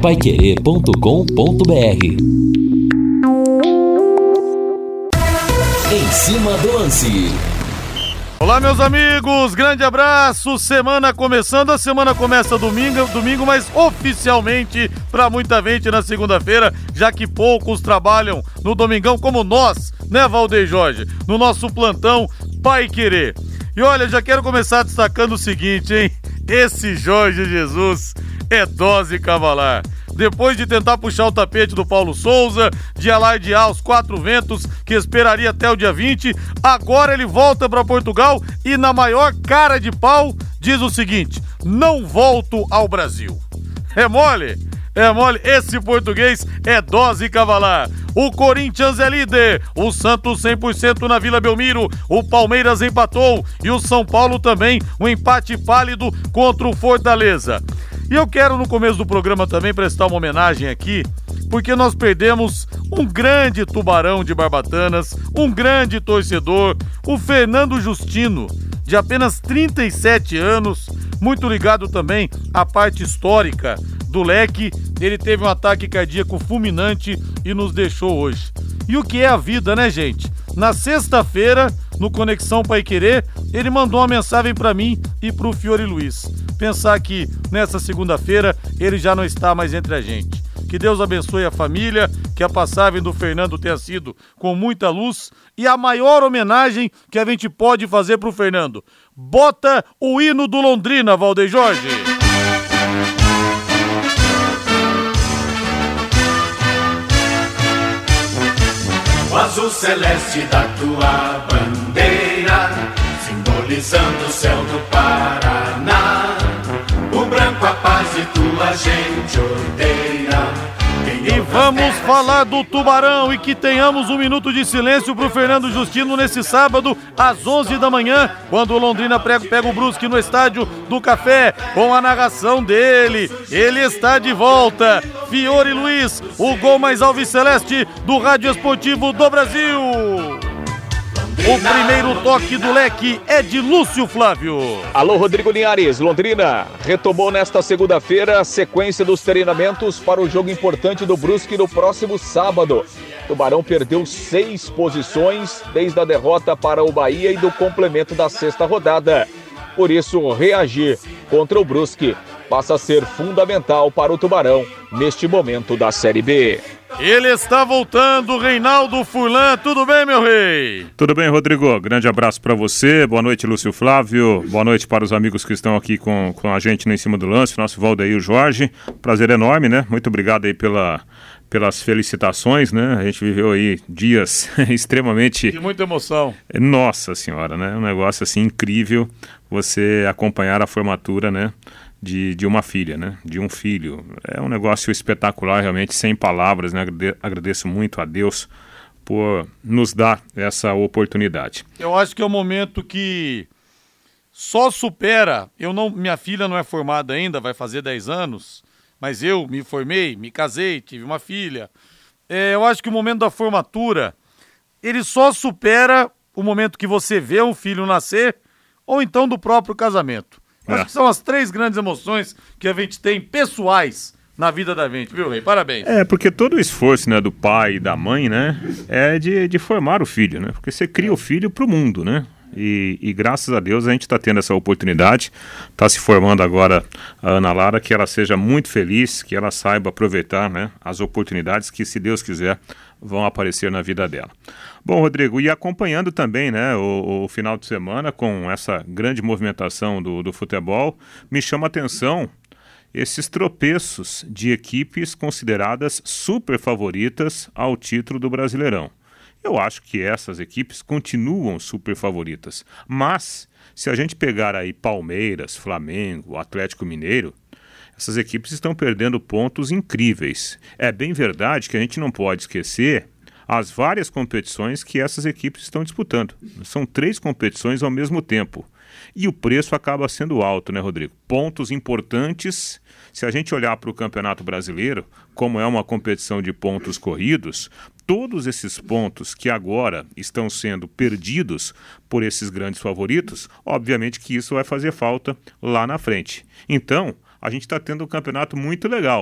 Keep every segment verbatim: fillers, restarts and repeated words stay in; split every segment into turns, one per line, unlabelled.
paiquerê ponto com ponto br. Em cima do lance.
Olá, meus amigos, grande abraço, semana começando, a semana começa domingo, domingo, mas oficialmente para muita gente na segunda-feira, já que poucos trabalham no domingão como nós, né, Valdeir Jorge, no nosso plantão Pai Querer. E olha, já quero começar destacando o seguinte, hein, esse Jorge Jesus é dose cavalar. Depois de tentar puxar o tapete do Paulo Souza, de alardear os quatro ventos que esperaria até o dia vinte, agora ele volta para Portugal e na maior cara de pau diz o seguinte: não volto ao Brasil. É mole? É mole, esse português é dose cavalar. O Corinthians é líder, o Santos cem por cento na Vila Belmiro, o Palmeiras empatou e o São Paulo também, um empate pálido contra o Fortaleza. E eu quero no começo do programa também prestar uma homenagem aqui, porque nós perdemos um grande tubarão de Barbatanas, um grande torcedor, o Fernando Justino, de apenas trinta e sete anos, muito ligado também à parte histórica do Leque. Ele teve um ataque cardíaco fulminante e nos deixou hoje. E o que é a vida, né, gente? Na sexta-feira, no Conexão Paiquerê, ele mandou uma mensagem para mim e pro Fiore Luiz. Pensar que nessa segunda-feira ele já não está mais entre a gente. Que Deus abençoe a família, que a passagem do Fernando tenha sido com muita luz e a maior homenagem que a gente pode fazer pro Fernando. Bota o hino do Londrina, Valdeir Jorge.
O azul celeste da tua bandeira, simbolizando o céu do Paraná. O branco a paz e tua gente odeia.
E vamos falar do Tubarão e que tenhamos um minuto de silêncio pro Fernando Justino nesse sábado às onze da manhã, quando o Londrina pega o Brusque no Estádio do Café, com a narração dele. Ele está de volta, Fiore Luiz, o gol mais alviceleste do Rádio Esportivo do Brasil. O primeiro toque do Leque é de Lúcio Flávio.
Alô, Rodrigo Linhares. Londrina retomou nesta segunda-feira a sequência dos treinamentos para o jogo importante do Brusque no próximo sábado. Tubarão perdeu seis posições desde a derrota para o Bahia e do complemento da sexta rodada. Por isso, reagir contra o Brusque passa a ser fundamental para o Tubarão neste momento da Série B.
Ele está voltando, Reinaldo Furlan. Tudo bem, meu rei?
Tudo bem, Rodrigo. Grande abraço para você. Boa noite, Lúcio Flávio. Boa noite para os amigos que estão aqui com, com a gente no Em Cima do Lance, nosso Valdeir Jorge. Prazer enorme, né? Muito obrigado aí pela, pelas felicitações, né? A gente viveu aí dias extremamente...
De muita emoção.
Nossa Senhora, né? Um negócio assim incrível você acompanhar a formatura, né? De, de uma filha, né? De um filho. É um negócio espetacular, realmente, sem palavras, né? Agradeço muito a Deus por nos dar essa oportunidade.
Eu acho que é um momento que só supera. Eu não, minha filha não é formada ainda, vai fazer dez anos, mas eu me formei, me casei, tive uma filha. É, eu acho que o momento da formatura, ele só supera o momento que você vê um filho nascer ou então do próprio casamento. Acho é. que são as três grandes emoções que a gente tem pessoais na vida da gente, viu, Rei? Parabéns.
É, porque todo o esforço, né, do pai e da mãe, né, é de, de formar o filho, né? Porque você cria o filho pro mundo, né? E, e graças a Deus a gente está tendo essa oportunidade, está se formando agora a Ana Lara, que ela seja muito feliz, que ela saiba aproveitar, né, as oportunidades que, se Deus quiser, vão aparecer na vida dela. Bom, Rodrigo, e acompanhando também, né, o, o final de semana com essa grande movimentação do, do futebol, me chama a atenção esses tropeços de equipes consideradas super favoritas ao título do Brasileirão. Eu acho que essas equipes continuam super favoritas, mas se a gente pegar aí Palmeiras, Flamengo, Atlético Mineiro, essas equipes estão perdendo pontos incríveis. É bem verdade que a gente não pode esquecer as várias competições que essas equipes estão disputando. São três competições ao mesmo tempo. E o preço acaba sendo alto, né, Rodrigo? Pontos importantes. Se a gente olhar para o Campeonato Brasileiro, como é uma competição de pontos corridos, todos esses pontos que agora estão sendo perdidos por esses grandes favoritos, obviamente que isso vai fazer falta lá na frente. Então, a gente está tendo um campeonato muito legal.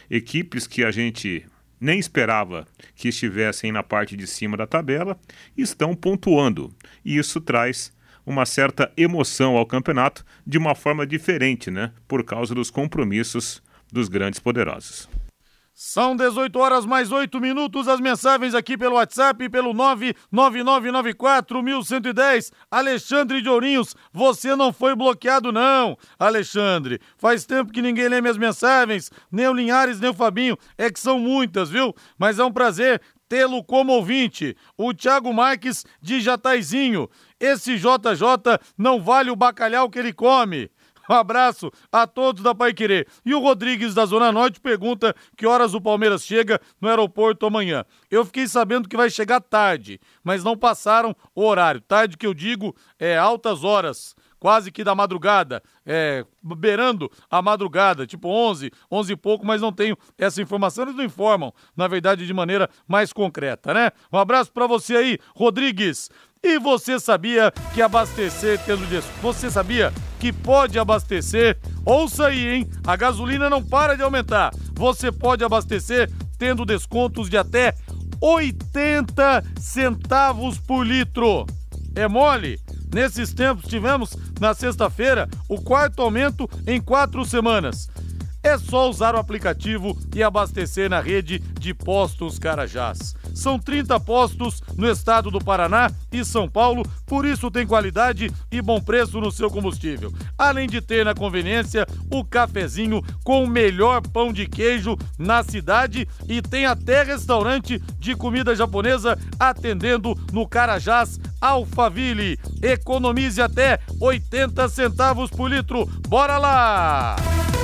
Equipes que a gente nem esperava que estivessem na parte de cima da tabela estão pontuando. E isso traz uma certa emoção ao campeonato de uma forma diferente, né? Por causa dos compromissos dos grandes poderosos.
São dezoito horas mais oito minutos, as mensagens aqui pelo WhatsApp, pelo nove nove nove nove quatro um um zero. Alexandre de Ourinhos, você não foi bloqueado não, Alexandre. Faz tempo que ninguém lê minhas mensagens, nem o Linhares, nem o Fabinho, é que são muitas, viu? Mas é um prazer tê-lo como ouvinte. O Thiago Marques de Jataizinho, esse J J não vale o bacalhau que ele come. Um abraço a todos da Paiquerê. E o Rodrigues da Zona Norte pergunta que horas o Palmeiras chega no aeroporto amanhã. Eu fiquei sabendo que vai chegar tarde, mas não passaram o horário. Tarde que eu digo é altas horas, quase que da madrugada, é, beirando a madrugada, tipo onze, onze e pouco, mas não tenho essa informação, eles não informam, na verdade, de maneira mais concreta, né? Um abraço pra você aí, Rodrigues. E você sabia que abastecer tendo desconto? Você sabia que pode abastecer? Ouça aí, hein? A gasolina não para de aumentar. Você pode abastecer tendo descontos de até oitenta centavos por litro. É mole? Nesses tempos tivemos, na sexta-feira, o quarto aumento em quatro semanas. É só usar o aplicativo e abastecer na rede de postos Carajás. São trinta postos no estado do Paraná e São Paulo, por isso tem qualidade e bom preço no seu combustível. Além de ter na conveniência o cafezinho com o melhor pão de queijo na cidade e tem até restaurante de comida japonesa atendendo no Carajás Alphaville. Economize até oitenta centavos por litro. Bora lá!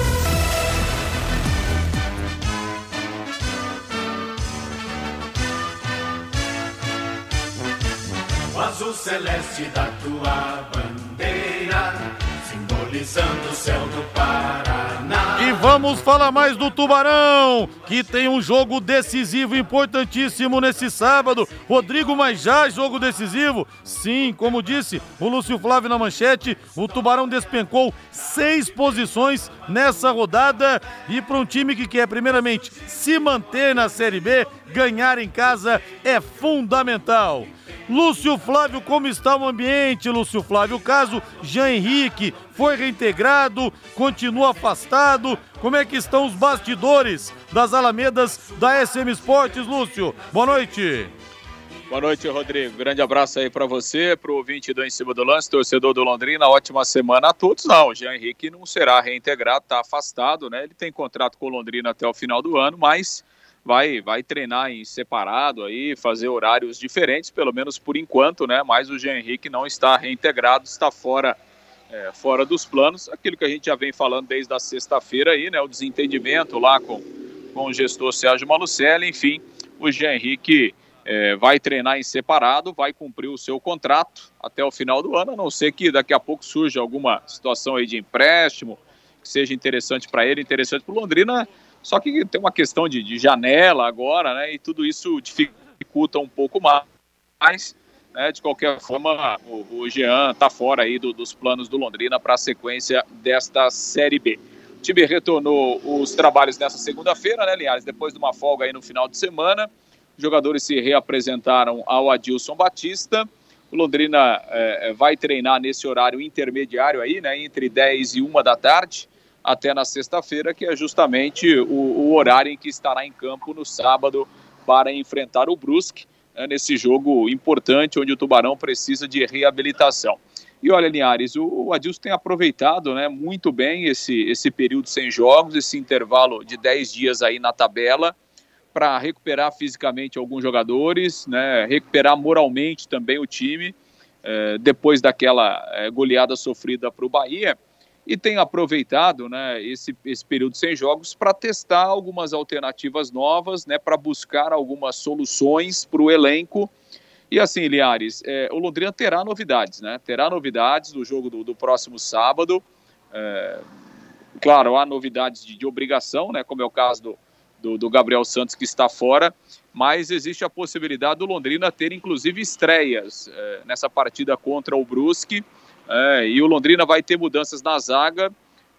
O azul celeste da tua bandeira, simbolizando o céu do Paraná.
E vamos falar mais do Tubarão, que tem um jogo decisivo importantíssimo nesse sábado. Rodrigo, mas já jogo decisivo? Sim, como disse o Lúcio Flávio na manchete, o Tubarão despencou seis posições nessa rodada e para um time que quer primeiramente se manter na Série B, ganhar em casa é fundamental. Lúcio Flávio, como está o ambiente, Lúcio Flávio? O caso Jean Henrique foi reintegrado, continua afastado. Como é que estão os bastidores das Alamedas da S M Sports, Lúcio? Boa noite.
Boa noite, Rodrigo. Grande abraço aí para você, para o ouvinte do Em Cima do Lance, torcedor do Londrina. Ótima semana a todos. Não, o Jean Henrique não será reintegrado, está afastado, né? Ele tem contrato com o Londrina até o final do ano, mas vai, vai treinar em separado aí, fazer horários diferentes, pelo menos por enquanto, né? Mas o Jean Henrique não está reintegrado, está fora, é, fora dos planos. Aquilo que a gente já vem falando desde a sexta-feira aí, né? O desentendimento lá com, com o gestor Sérgio Malucelli, enfim, o Jean Henrique É, vai treinar em separado, vai cumprir o seu contrato até o final do ano, a não ser que daqui a pouco surja alguma situação aí de empréstimo, que seja interessante para ele, interessante para o Londrina, só que tem uma questão de, de janela agora, né, e tudo isso dificulta um pouco mais, né, de qualquer forma, o, o Jean está fora aí do, dos planos do Londrina para a sequência desta Série B. O time retornou os trabalhos nessa segunda-feira, né, Linhares, depois de uma folga aí no final de semana. Os jogadores se reapresentaram ao Adilson Batista. O Londrina é, vai treinar nesse horário intermediário aí, né, entre dez e uma da tarde, até na sexta-feira, que é justamente o, o horário em que estará em campo no sábado para enfrentar o Brusque, né, nesse jogo importante onde o Tubarão precisa de reabilitação. E olha, Linhares, o, o Adilson tem aproveitado, né, muito bem esse, esse período sem jogos, esse intervalo de dez dias aí na tabela, para recuperar fisicamente alguns jogadores, né, recuperar moralmente também o time, eh, depois daquela eh, goleada sofrida para o Bahia, e tem aproveitado, né, esse, esse período sem jogos para testar algumas alternativas novas, né, para buscar algumas soluções para o elenco. E assim, Linhares, eh, o Londrina terá novidades, né, terá novidades do jogo do, do próximo sábado. Eh, claro, há novidades de, de obrigação, né, como é o caso do Do, do Gabriel Santos, que está fora, mas existe a possibilidade do Londrina ter inclusive estreias é, nessa partida contra o Brusque, é, e o Londrina vai ter mudanças na zaga,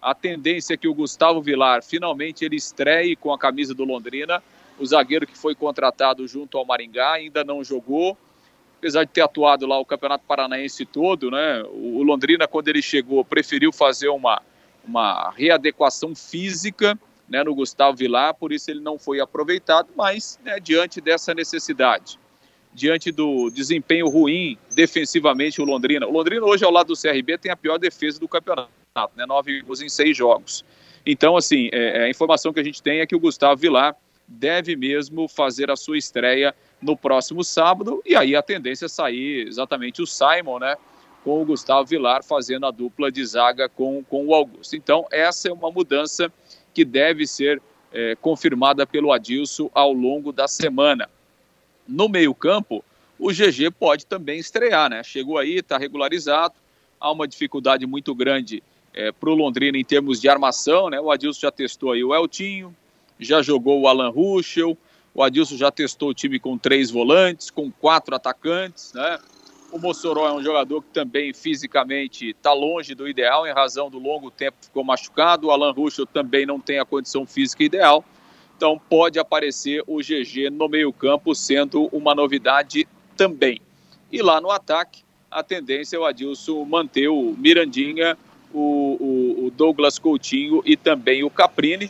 A tendência é que o Gustavo Vilar finalmente ele estreie com a camisa do Londrina. O zagueiro que foi contratado junto ao Maringá ainda não jogou, apesar de ter atuado lá o Campeonato Paranaense todo, né? O Londrina, quando ele chegou, preferiu fazer uma, uma readequação física, né, no Gustavo Vilar, por isso ele não foi aproveitado, mas, né, diante dessa necessidade, diante do desempenho ruim defensivamente o Londrina, o Londrina hoje ao lado do C R B tem a pior defesa do campeonato, né, nove gols em seis jogos. Então, assim, é, a informação que a gente tem é que o Gustavo Vilar deve mesmo fazer a sua estreia no próximo sábado, e aí a tendência é sair exatamente o Simon, né, com o Gustavo Vilar fazendo a dupla de zaga com, com o Augusto. Então, essa é uma mudança que deve ser é, confirmada pelo Adilson ao longo da semana. No meio-campo, o G G pode também estrear, né? Chegou aí, está regularizado, há uma dificuldade muito grande é, para o Londrina em termos de armação, né? O Adilson já testou aí o Eltinho, já jogou o Alan Ruschel, o Adilson já testou o time com três volantes, com quatro atacantes, né? O Mossoró é um jogador que também fisicamente está longe do ideal, em razão do longo tempo que ficou machucado. O Alan Ruschel também não tem a condição física ideal. Então pode aparecer o G G no meio-campo, sendo uma novidade também. E lá no ataque, a tendência é o Adilson manter o Mirandinha, o, o, o Douglas Coutinho e também o Caprini.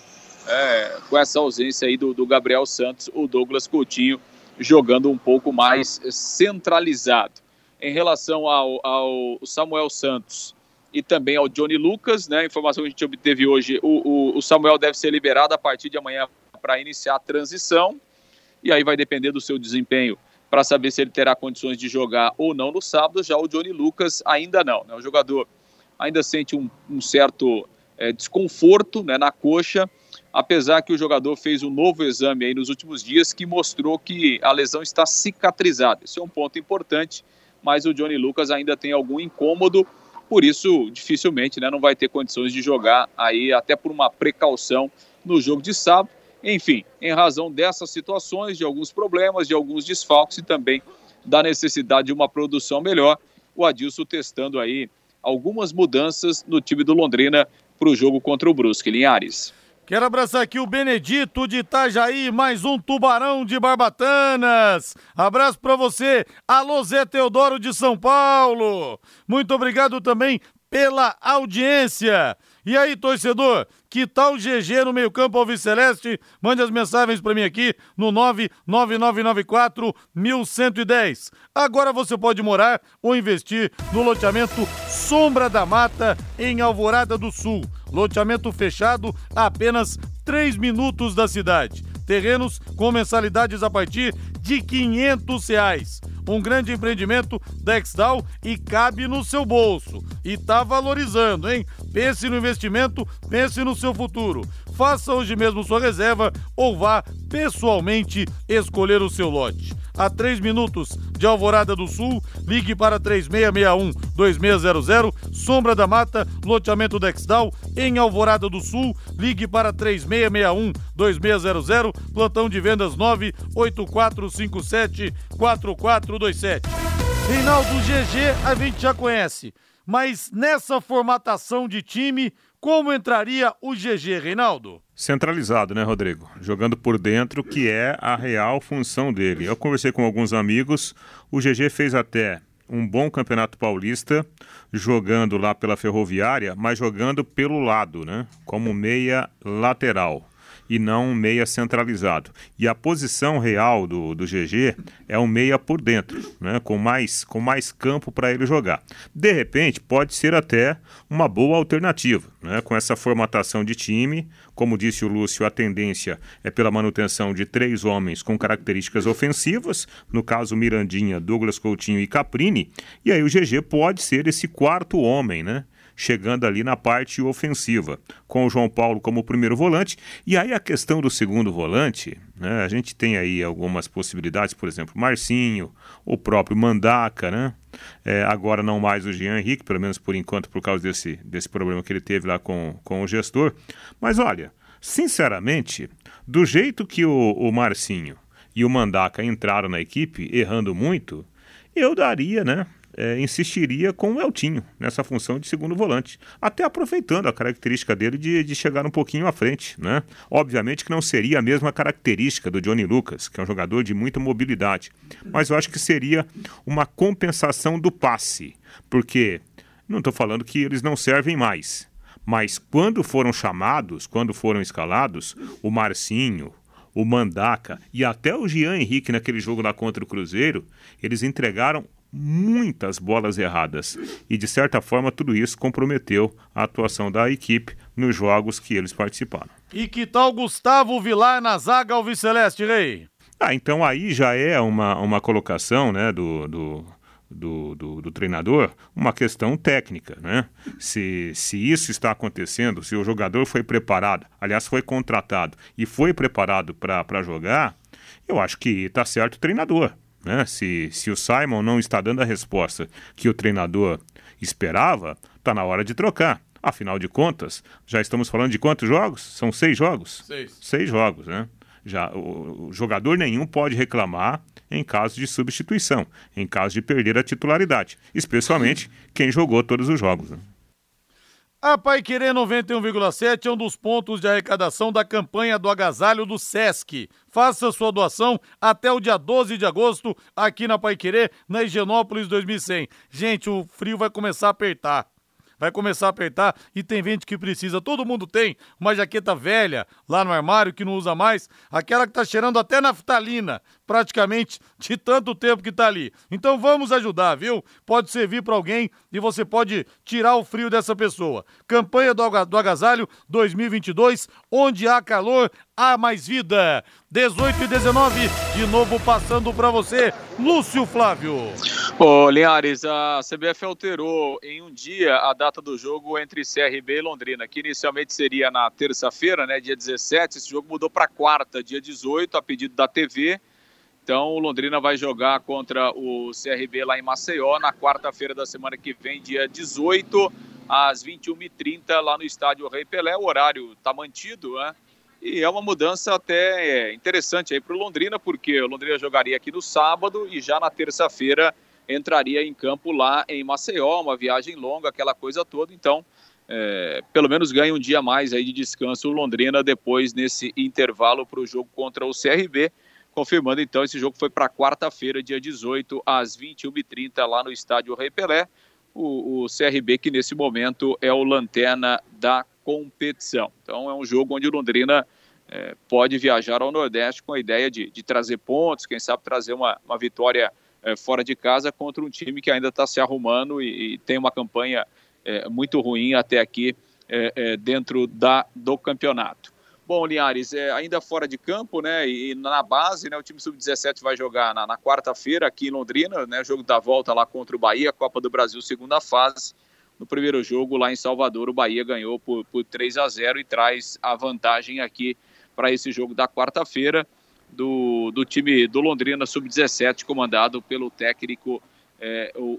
É, com essa ausência aí do, do Gabriel Santos, o Douglas Coutinho jogando um pouco mais centralizado. Em relação ao, ao Samuel Santos e também ao Johnny Lucas, né, a informação que a gente obteve hoje, o, o, o Samuel deve ser liberado a partir de amanhã para iniciar a transição, e aí vai depender do seu desempenho para saber se ele terá condições de jogar ou não no sábado. Já o Johnny Lucas ainda não, né, o jogador ainda sente um, um certo é, desconforto, né, na coxa, apesar que o jogador fez um novo exame aí nos últimos dias que mostrou que a lesão está cicatrizada. Esse é um ponto importante, mas o Johnny Lucas ainda tem algum incômodo, por isso dificilmente, né, não vai ter condições de jogar aí, até por uma precaução no jogo de sábado. Enfim, em razão dessas situações, de alguns problemas, de alguns desfalques e também da necessidade de uma produção melhor, o Adilson testando aí algumas mudanças no time do Londrina para o jogo contra o Brusque. Linhares.
Quero abraçar aqui o Benedito de Itajaí, mais um tubarão de Barbatanas. Abraço pra você. Alô, Zé Teodoro de São Paulo. Muito obrigado também pela audiência. E aí, torcedor, que tal o G G no meio-campo alviceleste? Mande as mensagens para mim aqui no nove nove nove nove quatro um um um zero. Agora você pode morar ou investir no loteamento Sombra da Mata, em Alvorada do Sul. Loteamento fechado a apenas três minutos da cidade. Terrenos com mensalidades a partir de quinhentos reais. Um grande empreendimento da Exdal e cabe no seu bolso. E tá valorizando, hein? Pense no investimento, pense no seu futuro. Faça hoje mesmo sua reserva ou vá pessoalmente escolher o seu lote. A três minutos de Alvorada do Sul, ligue para três seis seis um, dois seis zero zero, Sombra da Mata, loteamento Dexdal, em Alvorada do Sul, ligue para três seis seis um, dois seis zero zero, plantão de vendas nove oito quatro cinco sete quatro quatro dois sete. Reinaldo, G G a gente já conhece, mas nessa formatação de time, como entraria o G G, Reinaldo?
Centralizado, né, Rodrigo? Jogando por dentro, que é a real função dele. Eu conversei com alguns amigos, o G G fez até um bom campeonato paulista, jogando lá pela Ferroviária, mas jogando pelo lado, né? Como meia lateral e não um meia centralizado. E a posição real do, do G G é um meia por dentro, né? com, mais, com mais campo para ele jogar. De repente, pode ser até uma boa alternativa, né? Com essa formatação de time. Como disse o Lúcio, a tendência é pela manutenção de três homens com características ofensivas, no caso Mirandinha, Douglas Coutinho e Caprini, e aí o G G pode ser esse quarto homem, né? Chegando ali na parte ofensiva, com o João Paulo como primeiro volante. E aí a questão do segundo volante, né, a gente tem aí algumas possibilidades, por exemplo, Marcinho, o próprio Mandaca, né? É, agora não mais o Jean Henrique, pelo menos por enquanto, por causa desse, desse problema que ele teve lá com, com o gestor. Mas olha, sinceramente, do jeito que o, o Marcinho e o Mandaca entraram na equipe, errando muito, eu daria, né? é, insistiria com o Eltinho nessa função de segundo volante, até aproveitando a característica dele de, de chegar um pouquinho à frente, né? Obviamente que não seria a mesma característica do Johnny Lucas, que é um jogador de muita mobilidade, mas eu acho que seria uma compensação do passe, porque não estou falando que eles não servem mais, mas quando foram chamados, quando foram escalados, o Marcinho, o Mandaca e até o Jean Henrique naquele jogo lá contra o Cruzeiro, eles entregaram muitas bolas erradas e de certa forma tudo isso comprometeu a atuação da equipe nos jogos que eles participaram.
E que tal Gustavo Vilar na zaga alviceleste, Rei?
Ah, então aí já é uma, uma colocação, né, do... do... Do, do, do treinador, uma questão técnica, né? Se, se isso está acontecendo, se o jogador foi preparado, aliás, foi contratado e foi preparado para jogar, eu acho que está certo o treinador, né? Se, se o Simon não está dando a resposta que o treinador esperava, está na hora de trocar. Afinal de contas, já estamos falando de quantos jogos? São seis jogos?
Seis.
Seis jogos, né? Já, o, o jogador nenhum pode reclamar em caso de substituição, em caso de perder a titularidade, especialmente quem jogou todos os jogos. Né?
A Paiquerê noventa e um vírgula sete é um dos pontos de arrecadação da campanha do agasalho do Sesc. Faça sua doação até o dia doze de agosto aqui na Paiquerê, na Higienópolis dois mil e cem. Gente, o frio vai começar a apertar. Vai começar a apertar e tem gente que precisa. Todo mundo tem uma jaqueta velha lá no armário que não usa mais, aquela que tá cheirando até naftalina, praticamente de tanto tempo que tá ali. Então vamos ajudar, viu? Pode servir para alguém e você pode tirar o frio dessa pessoa. Campanha do, do Agasalho dois mil e vinte e dois, onde há calor, há mais vida. dezoito e dezenove, de novo passando para você, Lúcio Flávio.
Ô, Linhares, a C B F alterou em um dia a data do jogo entre C R B e Londrina, que inicialmente seria na terça-feira, né, dia dezessete, esse jogo mudou para quarta, dia dezoito, a pedido da T V. Então, o Londrina vai jogar contra o C R B lá em Maceió, na quarta-feira da semana que vem, dia dezoito, às vinte e uma e trinta, lá no estádio Rei Pelé. O horário está mantido, né? E é uma mudança até interessante aí para o Londrina, porque o Londrina jogaria aqui no sábado e já na terça-feira entraria em campo lá em Maceió, uma viagem longa, aquela coisa toda. Então, é, pelo menos ganha um dia a mais aí de descanso o Londrina depois nesse intervalo para o jogo contra o C R B. Confirmando então, esse jogo foi para quarta-feira, dia dezoito, às vinte e uma e trinta, lá no estádio Rei Pelé. O, o C R B, que nesse momento é o lanterna da competição. Então é um jogo onde o Londrina é, pode viajar ao Nordeste com a ideia de, de trazer pontos, quem sabe trazer uma, uma vitória é, fora de casa contra um time que ainda está se arrumando e, e tem uma campanha é, muito ruim até aqui é, é, dentro da, do campeonato. Bom, Linhares, é, ainda fora de campo, né, e na base, né, o time sub dezessete vai jogar na, na quarta-feira aqui em Londrina, né, jogo da volta lá contra o Bahia, Copa do Brasil, segunda fase. No primeiro jogo lá em Salvador, o Bahia ganhou por, por três a zero e traz a vantagem aqui para esse jogo da quarta-feira do, do time do Londrina sub dezessete, comandado pelo técnico é, o,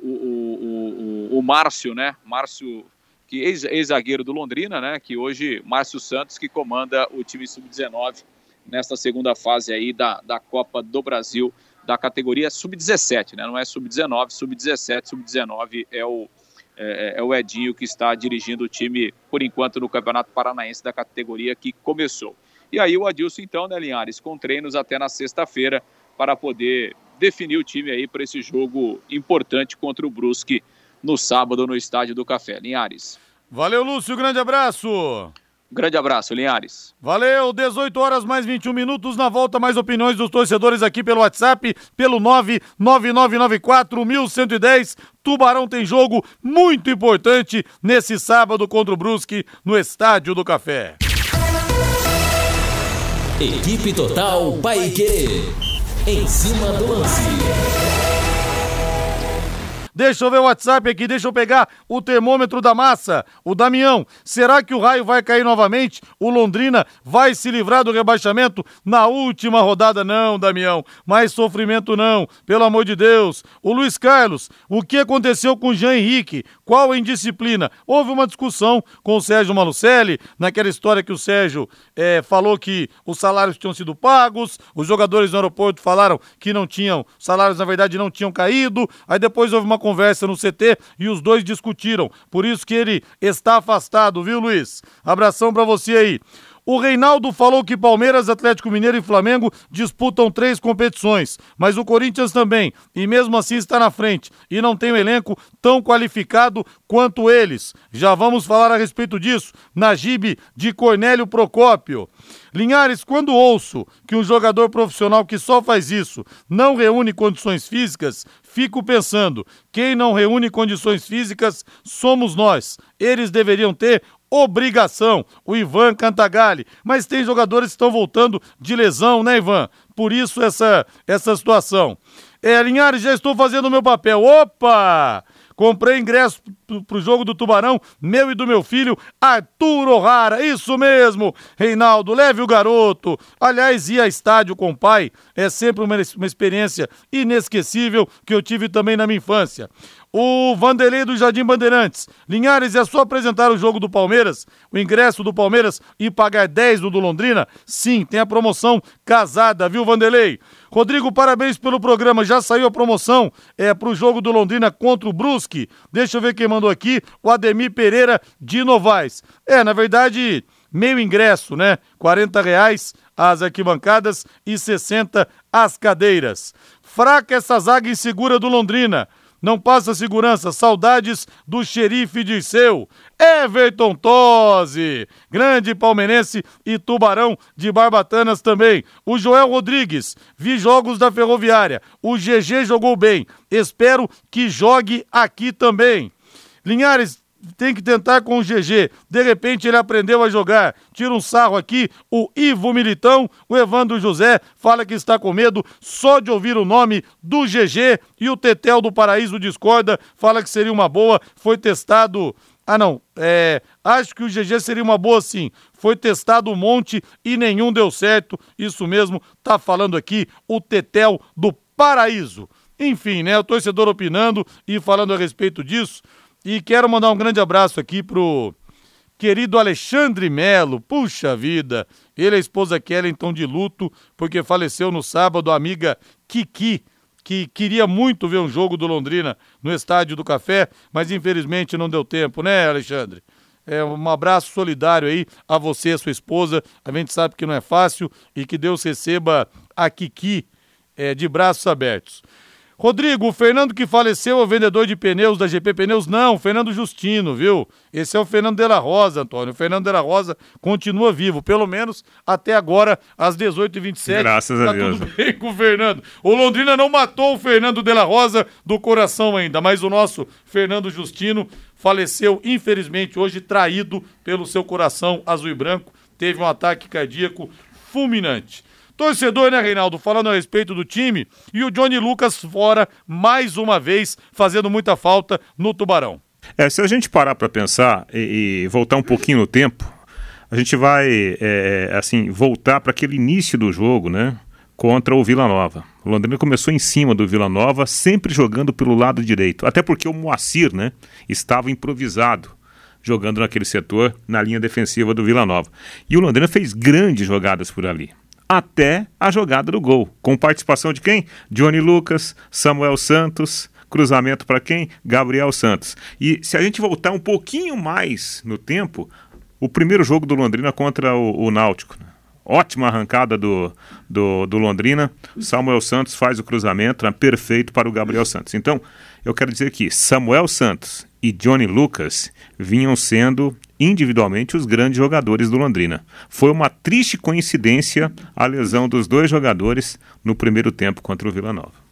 o, o, o, o Márcio, né, Márcio, que ex-zagueiro do Londrina, né, que hoje Márcio Santos, que comanda o time sub dezenove nesta segunda fase aí da, da Copa do Brasil, da categoria sub dezessete, né, não é sub dezenove, sub dezessete, sub dezenove é o, é, é o Edinho que está dirigindo o time, por enquanto, no Campeonato Paranaense da categoria que começou. E aí o Adilson, então, né, Linhares, com treinos até na sexta-feira para poder definir o time aí para esse jogo importante contra o Brusque no sábado no Estádio do Café. Linhares.
Valeu, Lúcio, grande abraço.
Grande abraço, Linhares.
Valeu, dezoito horas mais vinte e um minutos, na volta mais opiniões dos torcedores aqui pelo WhatsApp, pelo nove nove nove nove quatro um um zero. Tubarão tem jogo muito importante nesse sábado contra o Brusque no Estádio do Café.
Equipe Total Paiquerê, em cima do lance.
Deixa eu ver o WhatsApp aqui, deixa eu pegar o termômetro da massa. O Damião, será que o raio vai cair novamente? O Londrina vai se livrar do rebaixamento na última rodada? Não, Damião, mais sofrimento não, pelo amor de Deus. O Luiz Carlos, o que aconteceu com o Jean Henrique? Qual a indisciplina? Houve uma discussão com o Sérgio Malucelli, naquela história que o Sérgio é, falou que os salários tinham sido pagos, os jogadores no aeroporto falaram que não tinham, os salários na verdade não tinham caído, aí depois houve uma conversa no C T e os dois discutiram. Por isso que ele está afastado, viu, Luiz? Abração pra você aí. O Reinaldo falou que Palmeiras, Atlético Mineiro e Flamengo disputam três competições, mas o Corinthians também, e mesmo assim está na frente, e não tem um elenco tão qualificado quanto eles. Já vamos falar a respeito disso, Najib de Cornélio Procópio. Linhares, quando ouço que um jogador profissional que só faz isso não reúne condições físicas, fico pensando, quem não reúne condições físicas somos nós. Eles deveriam ter obrigação, o Ivan Cantagalli, mas tem jogadores que estão voltando de lesão, né, Ivan? Por isso essa, essa situação. É, Linhares, já estou fazendo o meu papel. Opa! Comprei ingresso pro jogo do Tubarão, meu e do meu filho, Arthur O'Hara, isso mesmo, Reinaldo, leve o garoto. Aliás, ir a estádio com o pai é sempre uma, uma experiência inesquecível que eu tive também na minha infância. O Vanderlei do Jardim Bandeirantes, Linhares, é só apresentar o jogo do Palmeiras, o ingresso do Palmeiras e pagar dez do do Londrina? Sim, tem a promoção casada, viu, Vanderlei? Rodrigo, parabéns pelo programa, já saiu a promoção é, pro jogo do Londrina contra o Brusque. Deixa eu ver quem mandou aqui, o Ademir Pereira de Novaes. É, na verdade, meio ingresso, né? quarenta reais as arquibancadas e sessenta as cadeiras. Fraca essa zaga insegura do Londrina. Não passa segurança, saudades do xerife Dirceu. Everton Tosi, grande palmeirense e Tubarão de Barbatanas também. O Joel Rodrigues, vi jogos da Ferroviária, o G G jogou bem, espero que jogue aqui também. Linhares, tem que tentar com o G G, de repente ele aprendeu a jogar, tira um sarro aqui, o Ivo Militão, o Evandro José fala que está com medo só de ouvir o nome do G G, e o Tetel do Paraíso discorda, fala que seria uma boa, foi testado, ah não, é, acho que o G G seria uma boa sim, foi testado um monte e nenhum deu certo, isso mesmo, tá falando aqui o Tetel do Paraíso. Enfim, né, o torcedor opinando e falando a respeito disso. E quero mandar um grande abraço aqui pro querido Alexandre Melo. Puxa vida, ele e a esposa Kelly estão de luto porque faleceu no sábado a amiga Kiki, que queria muito ver um jogo do Londrina no Estádio do Café, mas infelizmente não deu tempo, né, Alexandre? É, um abraço solidário aí a você e a sua esposa. A gente sabe que não é fácil e que Deus receba a Kiki é, de braços abertos. Rodrigo, o Fernando que faleceu é o vendedor de pneus da G P Pneus? Não, o Fernando Justino, viu? Esse é o Fernando de la Rosa, Antônio. O Fernando de la Rosa continua vivo, pelo menos até agora, às dezoito e vinte e sete.
Graças
tá
a Deus.
Tudo bem com o Fernando. O Londrina não matou o Fernando de la Rosa do coração ainda, mas o nosso Fernando Justino faleceu, infelizmente, hoje traído pelo seu coração azul e branco. Teve um ataque cardíaco fulminante. Torcedor, né, Reinaldo? Falando a respeito do time, e o Johnny Lucas fora, mais uma vez, fazendo muita falta no Tubarão.
É, se a gente parar para pensar e, e voltar um pouquinho no tempo, a gente vai, é, assim, voltar para aquele início do jogo, né, contra o Vila Nova. O Londrina começou em cima do Vila Nova, sempre jogando pelo lado direito, até porque o Moacir, né, estava improvisado, jogando naquele setor, na linha defensiva do Vila Nova. E o Londrina fez grandes jogadas por ali, até a jogada do gol, com participação de quem? Johnny Lucas, Samuel Santos, cruzamento para quem? Gabriel Santos. E se a gente voltar um pouquinho mais no tempo, o primeiro jogo do Londrina contra o, o Náutico, né? Ótima arrancada do, do, do Londrina, Samuel Santos faz o cruzamento, né? Perfeito para o Gabriel Santos. Então, eu quero dizer que Samuel Santos e Johnny Lucas vinham sendo individualmente os grandes jogadores do Londrina. Foi uma triste coincidência a lesão dos dois jogadores no primeiro tempo contra o Vila Nova.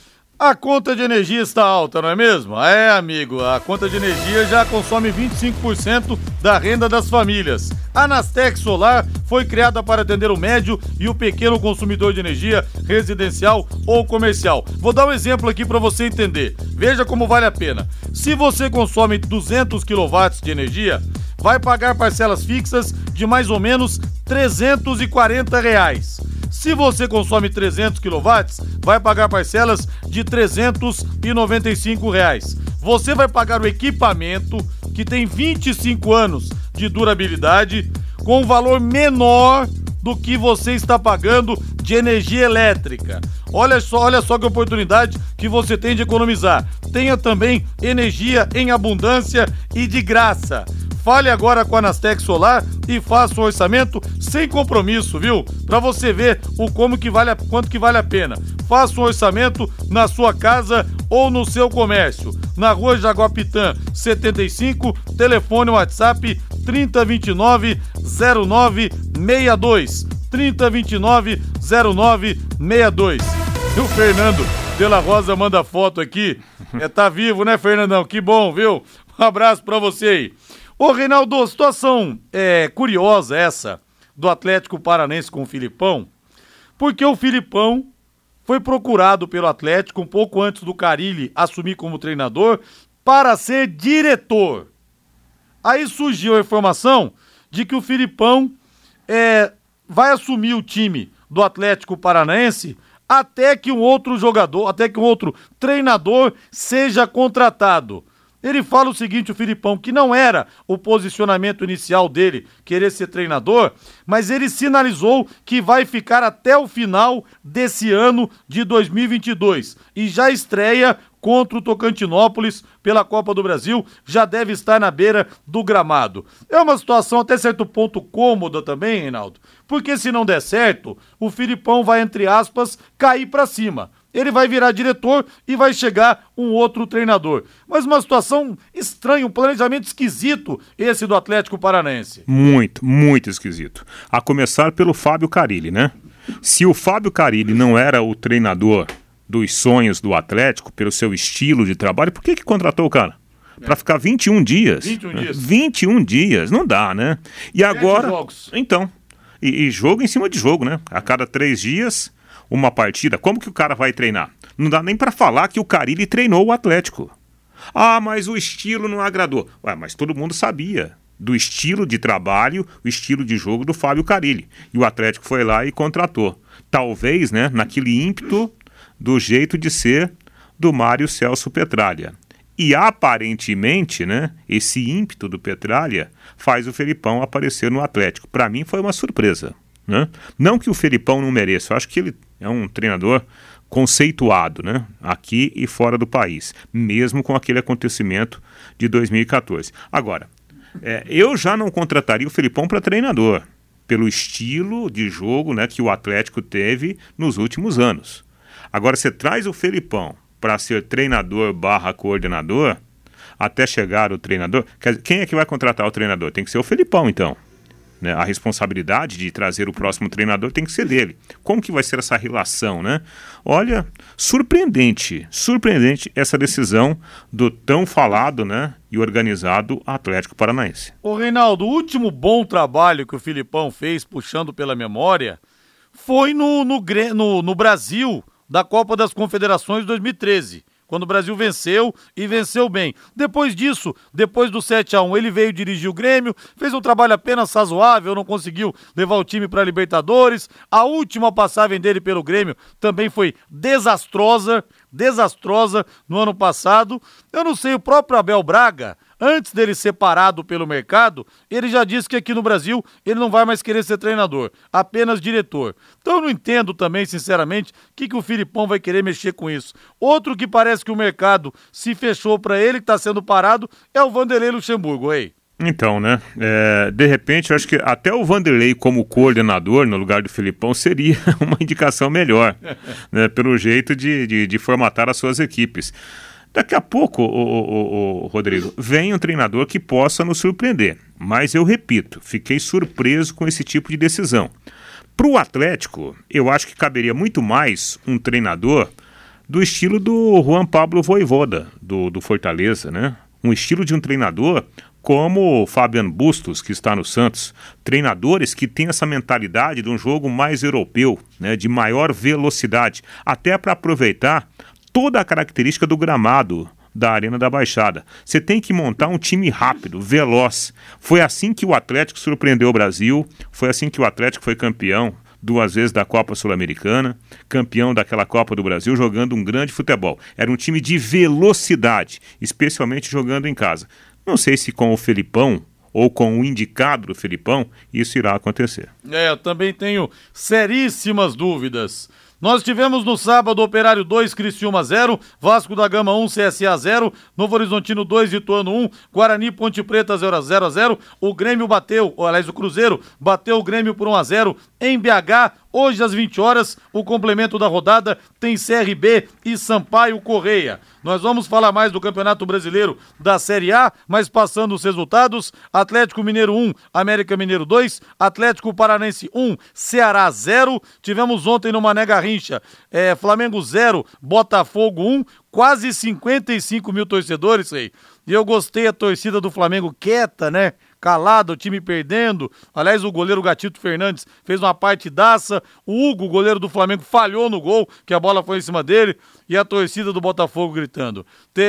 A conta de energia está alta, não é mesmo? É, amigo, a conta de energia já consome vinte e cinco por cento da renda das famílias. A Nastec Solar foi criada para atender o médio e o pequeno consumidor de energia residencial ou comercial. Vou dar um exemplo aqui para você entender. Veja como vale a pena. Se você consome duzentos quilowatts de energia, vai pagar parcelas fixas de mais ou menos trezentos e quarenta reais. Se você consome trezentos quilowatts, vai pagar parcelas de trezentos e noventa e cinco reais. Você vai pagar o equipamento, que tem vinte e cinco anos de durabilidade, com um valor menor do que você está pagando de energia elétrica. Olha só, olha só que oportunidade que você tem de economizar. Tenha também energia em abundância e de graça. Fale agora com a Anastec Solar e faça um orçamento sem compromisso, viu? Para você ver o como que vale a, quanto que vale a pena. Faça um orçamento na sua casa ou no seu comércio. Na Rua Jaguapitã, setenta e cinco, telefone WhatsApp trinta, vinte e nove, zero nove sessenta e dois. trinta, vinte e nove, zero nove sessenta e dois. E o Fernando Della Rosa manda foto aqui. É, tá vivo, né, Fernandão? Que bom, viu? Um abraço pra você aí. Ô, Reinaldo, situação é, curiosa essa do Atlético Paranaense com o Filipão, porque o Filipão foi procurado pelo Atlético um pouco antes do Carille assumir como treinador para ser diretor. Aí surgiu a informação de que o Filipão é, vai assumir o time do Atlético Paranaense até que um outro jogador, até que um outro treinador seja contratado. Ele fala o seguinte, o Filipão, que não era o posicionamento inicial dele querer ser treinador, mas ele sinalizou que vai ficar até o final desse ano de dois mil e vinte e dois e já estreia contra o Tocantinópolis pela Copa do Brasil, já deve estar na beira do gramado. É uma situação até certo ponto cômoda também, Reinaldo, porque se não der certo, o Filipão vai, entre aspas, cair pra cima. Ele vai virar diretor e vai chegar um outro treinador. Mas uma situação estranha, um planejamento esquisito esse do Atlético Paranaense.
Muito, muito esquisito. A começar pelo Fábio Carille, né? Se o Fábio Carille não era o treinador dos sonhos do Atlético, pelo seu estilo de trabalho, por que que contratou o cara? É. Para ficar vinte e um dias.
vinte e um
né?
dias.
vinte e um dias, não dá, né? E Sete agora...
jogos.
Então, e, e jogo em cima de jogo, né? A cada três dias... uma partida, como que o cara vai treinar? Não dá nem pra falar que o Carille treinou o Atlético. Ah, mas o estilo não agradou. Ué, mas todo mundo sabia do estilo de trabalho, o estilo de jogo do Fábio Carille. E o Atlético foi lá e contratou. Talvez, né, naquele ímpeto do jeito de ser do Mário Celso Petralha. E aparentemente, né, esse ímpeto do Petralha faz o Felipão aparecer no Atlético. Pra mim foi uma surpresa. Né? Não que o Felipão não mereça, eu acho que ele é um treinador conceituado, né? Aqui e fora do país, mesmo com aquele acontecimento de dois mil e catorze. Agora, é, eu já não contrataria o Felipão para treinador, pelo estilo de jogo, né, que o Atlético teve nos últimos anos. Agora, você traz o Felipão para ser treinador barra coordenador, até chegar o treinador, quem é que vai contratar o treinador? Tem que ser o Felipão, então. A responsabilidade de trazer o próximo treinador tem que ser dele. Como que vai ser essa relação, né? Olha, surpreendente, surpreendente essa decisão do tão falado, né, e organizado Atlético Paranaense.
Ô Reinaldo, o último bom trabalho que o Filipão fez, puxando pela memória, foi no, no, no, no Brasil, da Copa das Confederações de dois mil e treze. Quando o Brasil venceu e venceu bem. Depois disso, depois do sete a um, ele veio dirigir o Grêmio, fez um trabalho apenas razoável, não conseguiu levar o time para a Libertadores. A última passagem dele pelo Grêmio também foi desastrosa, desastrosa no ano passado. Eu não sei, o próprio Abel Braga, antes dele ser parado pelo mercado, ele já disse que aqui no Brasil ele não vai mais querer ser treinador, apenas diretor. Então eu não entendo também, sinceramente, o que, que o Filipão vai querer mexer com isso. Outro que parece que o mercado se fechou para ele, que está sendo parado, é o Vanderlei Luxemburgo, ei.
Então, né, é, de repente eu acho que até o Vanderlei como coordenador no lugar do Filipão seria uma indicação melhor, né, pelo jeito de, de, de formatar as suas equipes. Daqui a pouco, o, o, o Rodrigo, vem um treinador que possa nos surpreender. Mas eu repito, fiquei surpreso com esse tipo de decisão. Para o Atlético, eu acho que caberia muito mais um treinador do estilo do Juan Pablo Vojvoda, do, do Fortaleza, né? Um estilo de um treinador como o Fabian Bustos, que está no Santos. Treinadores que têm essa mentalidade de um jogo mais europeu, né? De maior velocidade, até para aproveitar toda a característica do gramado da Arena da Baixada. Você tem que montar um time rápido, veloz. Foi assim que o Atlético surpreendeu o Brasil, foi assim que o Atlético foi campeão duas vezes da Copa Sul-Americana, campeão daquela Copa do Brasil, jogando um grande futebol. Era um time de velocidade, especialmente jogando em casa. Não sei se com o Felipão ou com o indicado do Felipão, isso irá acontecer.
É, eu também tenho seríssimas dúvidas. Nós tivemos no sábado Operário dois, Criciúma zero, Vasco da Gama um, C S A zero, Novo Horizontino dois, Ituano um, Guarani Ponte Preta zero a zero, o Grêmio bateu, ou aliás o Cruzeiro bateu o Grêmio por um a zero em B H. Hoje às vinte horas, o complemento da rodada tem C R B e Sampaio Correia. Nós vamos falar mais do Campeonato Brasileiro da Série A, mas passando os resultados: Atlético Mineiro um, América Mineiro dois, Atlético Paranense um, Ceará zero. Tivemos ontem no Mané Garrincha, é, Flamengo zero, Botafogo um, quase cinquenta e cinco mil torcedores aí. E eu gostei a torcida do Flamengo quieta, né? Calado, o time perdendo. Aliás, o goleiro Gatito Fernandes fez uma partidaça. O Hugo, goleiro do Flamengo, falhou no gol, que a bola foi em cima dele. E a torcida do Botafogo gritando: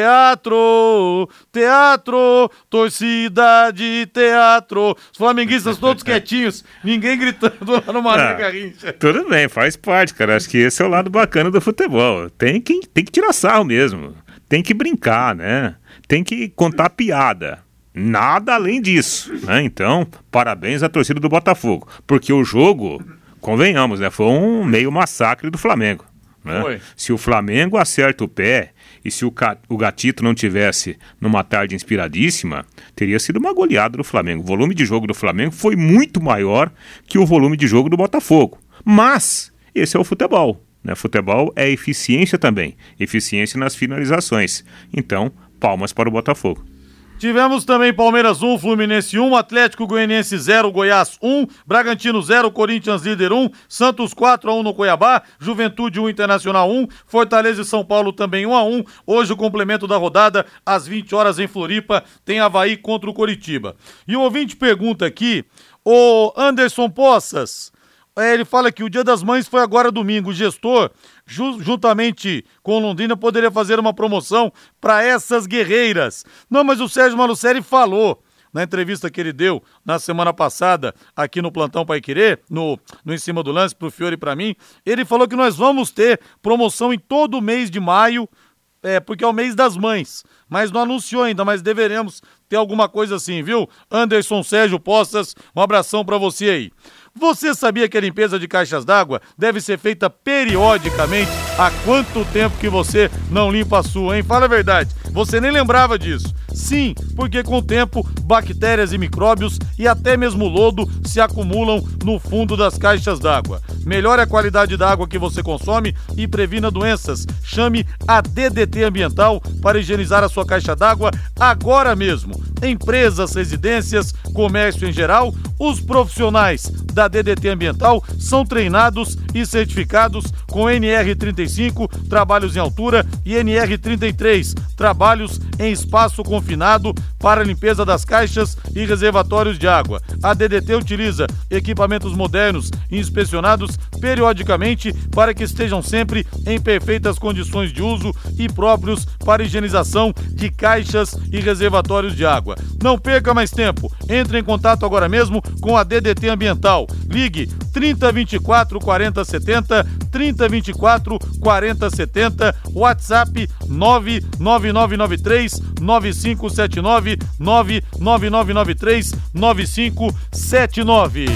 teatro, teatro, torcida de teatro. Os flamenguistas todos quietinhos, ninguém gritando lá no Mané Garrincha.
Tudo bem, faz parte, cara. Acho que esse é o lado bacana do futebol. Tem que, tem que tirar sarro mesmo. Tem que brincar, né? Tem que contar piada. Nada além disso, né? Então, parabéns à torcida do Botafogo, porque o jogo, convenhamos, né, foi um meio massacre do Flamengo, né? Se o Flamengo acerta o pé e se o, ca... o Gatito não tivesse numa tarde inspiradíssima, teria sido uma goleada do Flamengo. O volume de jogo do Flamengo foi muito maior que o volume de jogo do Botafogo, mas esse é o futebol, né? Futebol é eficiência também, eficiência nas finalizações. Então, palmas para o Botafogo.
Tivemos também Palmeiras um, Fluminense um, Atlético Goianiense zero, Goiás um, Bragantino zero, Corinthians líder um, Santos quatro a um no Cuiabá, Juventude um, Internacional um, Fortaleza e São Paulo também um a um. Hoje o complemento da rodada, às vinte horas em Floripa, tem Avaí contra o Coritiba. E o ouvinte pergunta aqui, o Anderson Poças, é, ele fala que o Dia das Mães foi agora domingo, o gestor, ju- juntamente com Londrina, poderia fazer uma promoção para essas guerreiras. Não, mas o Sérgio Malucelli falou, na entrevista que ele deu na semana passada, aqui no Plantão Paiquerê, no, no Em Cima do Lance, pro Fiore e para mim, ele falou que nós vamos ter promoção em todo o mês de maio, é, porque é o mês das mães, mas não anunciou ainda, mas deveremos ter alguma coisa assim, viu? Anderson Sérgio Poças, um abração para você aí. Você sabia que a limpeza de caixas d'água deve ser feita periodicamente? Há quanto tempo que você não limpa a sua, hein? Fala a verdade, você nem lembrava disso. Sim, porque com o tempo, bactérias e micróbios e até mesmo lodo se acumulam no fundo das caixas d'água. Melhore a qualidade da água que você consome e previna doenças. Chame a D D T Ambiental para higienizar a sua caixa d'água agora mesmo. Empresas, residências, comércio em geral, os profissionais da D D T Ambiental são treinados e certificados com N R trinta e cinco, trabalhos em altura, e N R trinta e três, trabalhos em espaço confinado para limpeza das caixas e reservatórios de água. A D D T utiliza equipamentos modernos e inspecionados periodicamente para que estejam sempre em perfeitas condições de uso e próprios para higienização de caixas e reservatórios de água. Não perca mais tempo, entre em contato agora mesmo com a D D T Ambiental. Ligue trinta, vinte e quatro, quarenta, setenta, trinta, vinte e quatro, quarenta, setenta, WhatsApp nove nove nove nove três, nove cinco sete nove, nove nove nove nove três, nove cinco sete nove.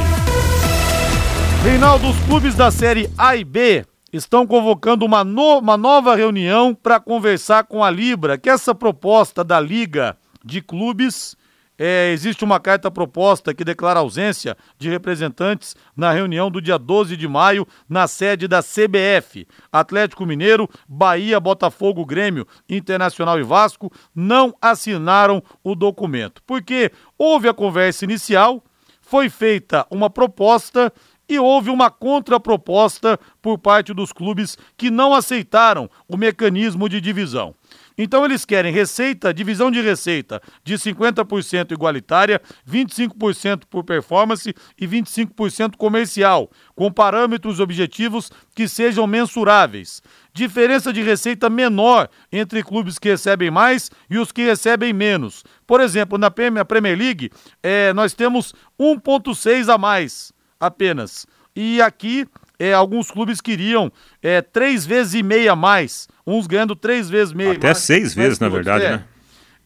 Reinaldo, os clubes da Série A e B estão convocando uma, no, uma nova reunião para conversar com a Libra, que é essa proposta da Liga de Clubes. É, existe uma carta proposta que declara ausência de representantes na reunião do dia doze de maio na sede da C B F. Atlético Mineiro, Bahia, Botafogo, Grêmio, Internacional e Vasco não assinaram o documento. Porque houve a conversa inicial, foi feita uma proposta e houve uma contraproposta por parte dos clubes que não aceitaram o mecanismo de divisão. Então eles querem receita, divisão de receita de cinquenta por cento igualitária, vinte e cinco por cento por performance e vinte e cinco por cento comercial, com parâmetros objetivos que sejam mensuráveis. Diferença de receita menor entre clubes que recebem mais e os que recebem menos. Por exemplo, na Premier League, é, nós temos um vírgula seis a mais apenas. E aqui, é, alguns clubes queriam é, três vezes e meia mais. Uns ganhando três vezes meia.
Até mais, seis vezes, na verdade, é. né?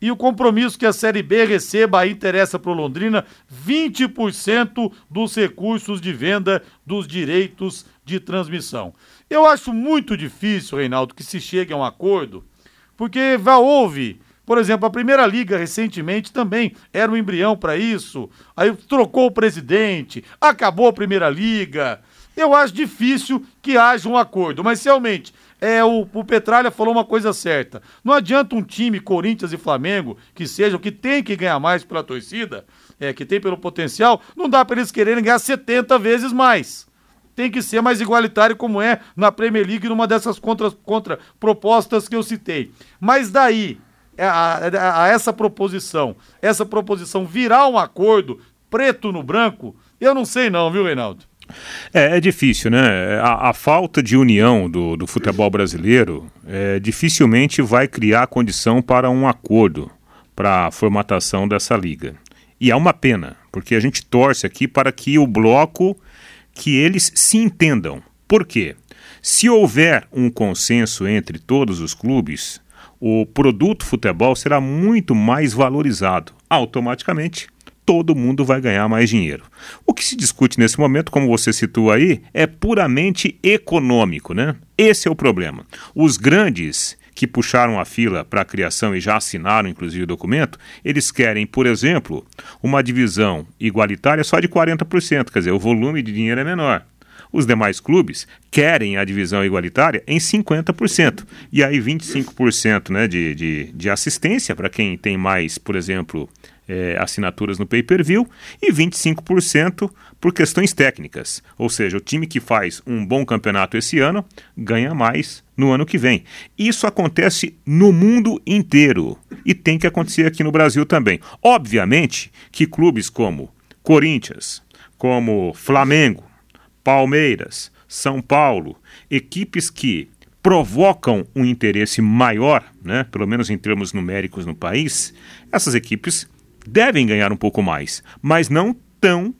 E o compromisso que a Série B receba aí interessa para o Londrina vinte por cento dos recursos de venda dos direitos de transmissão. Eu acho muito difícil, Reinaldo, que se chegue a um acordo, porque já houve, por exemplo, a Primeira Liga recentemente também era um embrião para isso, aí trocou o presidente, acabou a Primeira Liga. Eu acho difícil que haja um acordo, mas realmente... É, o, o Petralha falou uma coisa certa. Não adianta um time, Corinthians e Flamengo, que sejam, que tem que ganhar mais pela torcida, é, que tem pelo potencial, não dá para eles quererem ganhar setenta vezes mais. Tem que ser mais igualitário como é na Premier League, numa dessas contra, contra propostas que eu citei. Mas daí, a, a, a essa proposição, essa proposição virar um acordo preto no branco, eu não sei não, viu, Reinaldo?
É, é difícil, né? A, a falta de união do, do futebol brasileiro é, dificilmente vai criar condição para um acordo para a formatação dessa liga. E é uma pena, porque a gente torce aqui para que o bloco, que eles se entendam. Por quê? Se houver um consenso entre todos os clubes, o produto futebol será muito mais valorizado. Automaticamente, todo mundo vai ganhar mais dinheiro. O que se discute nesse momento, como você citou aí, é puramente econômico, né? Esse é o problema. Os grandes que puxaram a fila para a criação e já assinaram, inclusive, o documento, eles querem, por exemplo, uma divisão igualitária só de quarenta por cento, quer dizer, o volume de dinheiro é menor. Os demais clubes querem a divisão igualitária em cinquenta por cento. E aí vinte e cinco por cento, né, de, de, de assistência para quem tem mais, por exemplo, é, assinaturas no pay-per-view e vinte e cinco por cento por questões técnicas. Ou seja, o time que faz um bom campeonato esse ano ganha mais no ano que vem. Isso acontece no mundo inteiro e tem que acontecer aqui no Brasil também. Obviamente que clubes como Corinthians, como Flamengo, Palmeiras, São Paulo, equipes que provocam um interesse maior, né, pelo menos em termos numéricos no país, essas equipes devem ganhar um pouco mais, mas não tão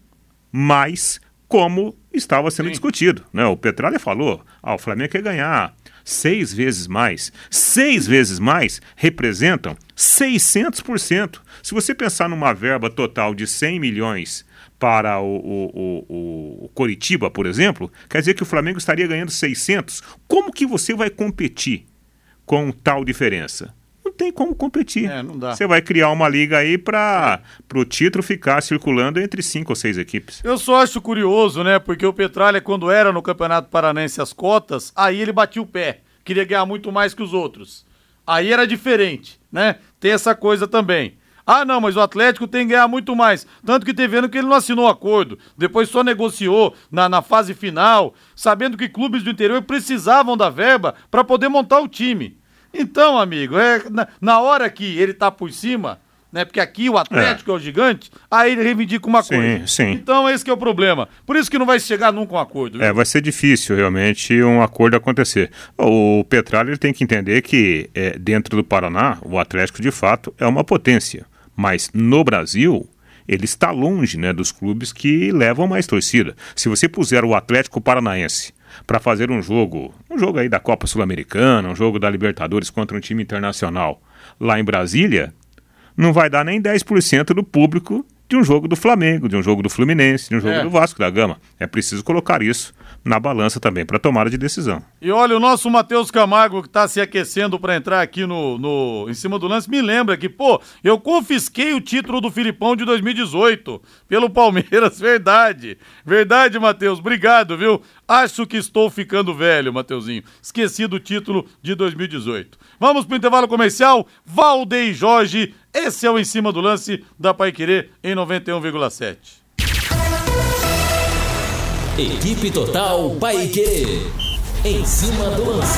mais como estava sendo Sim. discutido. Né? O Petralha falou, ah, o Flamengo quer ganhar seis vezes mais. Seis vezes mais representam seiscentos por cento. Se você pensar numa verba total de cem milhões para o, o, o, o Coritiba, por exemplo, quer dizer que o Flamengo estaria ganhando seiscentos. Como que você vai competir com tal diferença? Não tem como competir.
É, não dá.
Você vai criar uma liga aí para o título ficar circulando entre cinco ou seis equipes.
Eu só acho curioso, né? Porque o Petralha, quando era no Campeonato Paranense as cotas, aí ele batia o pé. Queria ganhar muito mais que os outros. Aí era diferente, né? Tem essa coisa também. Ah, não, mas o Atlético tem que ganhar muito mais. Tanto que teve ano que ele não assinou acordo. Depois só negociou na, na fase final, sabendo que clubes do interior precisavam da verba para poder montar o time. Então, amigo, é, na, na hora que ele tá por cima, né? Porque aqui o Atlético é, é o gigante, aí ele reivindica uma
sim,
coisa.
Sim.
Então esse que é o problema. Por isso que não vai chegar nunca um acordo. Viu?
É, vai ser difícil realmente um acordo acontecer. O Petralha ele tem que entender que é, dentro do Paraná, o Atlético de fato é uma potência. Mas no Brasil, ele está longe, né, dos clubes que levam mais torcida. Se você puser o Atlético Paranaense para fazer um jogo, um jogo aí da Copa Sul-Americana, um jogo da Libertadores contra um time internacional lá em Brasília, não vai dar nem dez por cento do público de um jogo do Flamengo, de um jogo do Fluminense, de um jogo é. do Vasco da Gama. É preciso colocar isso na balança também para tomada de decisão.
E olha, o nosso Matheus Camargo que está se aquecendo para entrar aqui no, no em cima do lance, me lembra que, pô, eu confisquei o título do Filipão de dois mil e dezoito pelo Palmeiras, verdade. Verdade, Matheus, obrigado, viu? Acho que estou ficando velho, Mateuzinho. Esqueci do título de dois mil e dezoito. Vamos pro intervalo comercial. Valdeir Jorge, esse é o Em Cima do Lance da Paiquerê em noventa e um vírgula sete.
Equipe Total Paiquerê, em cima do lance.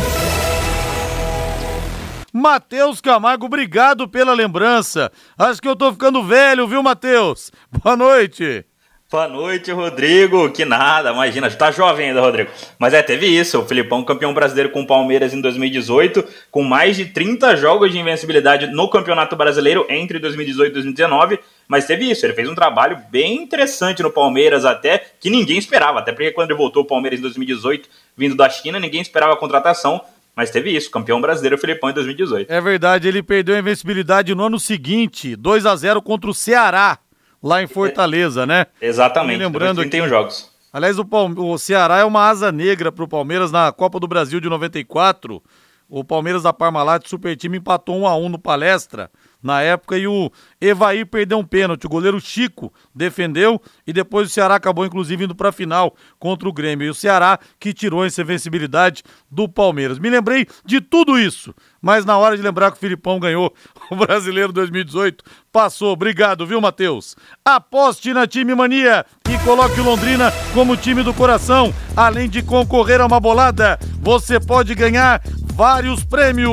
Matheus Camargo, obrigado pela lembrança. Acho que eu tô ficando velho, viu, Matheus? Boa noite.
Boa noite, Rodrigo. Que nada, imagina, tá jovem ainda, Rodrigo. Mas é, teve isso, o Filipão campeão brasileiro com o Palmeiras em dois mil e dezoito, com mais de trinta jogos de invencibilidade no Campeonato Brasileiro entre dois mil e dezoito e dois mil e dezenove, mas teve isso, ele fez um trabalho bem interessante no Palmeiras até, que ninguém esperava, até porque quando ele voltou ao Palmeiras em dois mil e dezoito, vindo da China, ninguém esperava a contratação, mas teve isso, campeão brasileiro o Filipão em dois mil e dezoito.
É verdade, ele perdeu a invencibilidade no ano seguinte, dois a zero contra o Ceará, lá em Fortaleza, é. né?
Exatamente,
lembrando
trinta e um jogos.
Aliás, o, Palme... o Ceará é uma asa negra pro Palmeiras na Copa do Brasil de noventa e quatro. O Palmeiras da Parmalat, super time, empatou um a um no Palestra na época e o Evair perdeu um pênalti. O goleiro Chico defendeu e depois o Ceará acabou inclusive indo para a final contra o Grêmio. E o Ceará que tirou essa invencibilidade do Palmeiras. Me lembrei de tudo isso, mas na hora de lembrar que o Filipão ganhou o Brasileiro dois mil e dezoito, passou. Obrigado, viu, Matheus? Aposte na Time Mania e coloque o Londrina como time do coração. Além de concorrer a uma bolada, você pode ganhar vários prêmios.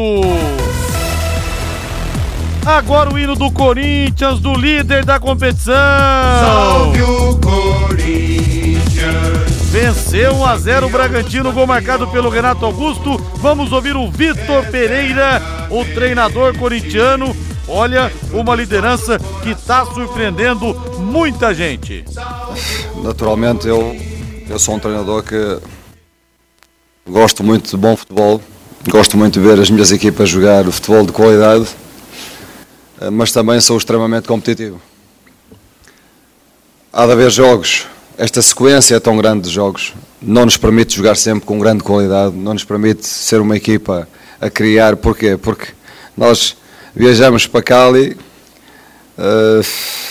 Agora o hino do Corinthians, do líder da competição.
Salve o Corinthians.
Venceu um a zero o Bragantino, gol marcado pelo Renato Augusto. Vamos ouvir o Vitor Pereira, o treinador corintiano. Olha, uma liderança que está surpreendendo muita gente.
Naturalmente, eu, eu sou um treinador que gosto muito de bom futebol. Gosto muito de ver as minhas equipas jogar futebol de qualidade, mas também sou extremamente competitivo. Há de haver jogos, esta sequência é tão grande de jogos, não nos permite jogar sempre com grande qualidade, não nos permite ser uma equipa a criar. Porquê? Porque nós viajamos para Cali, uh,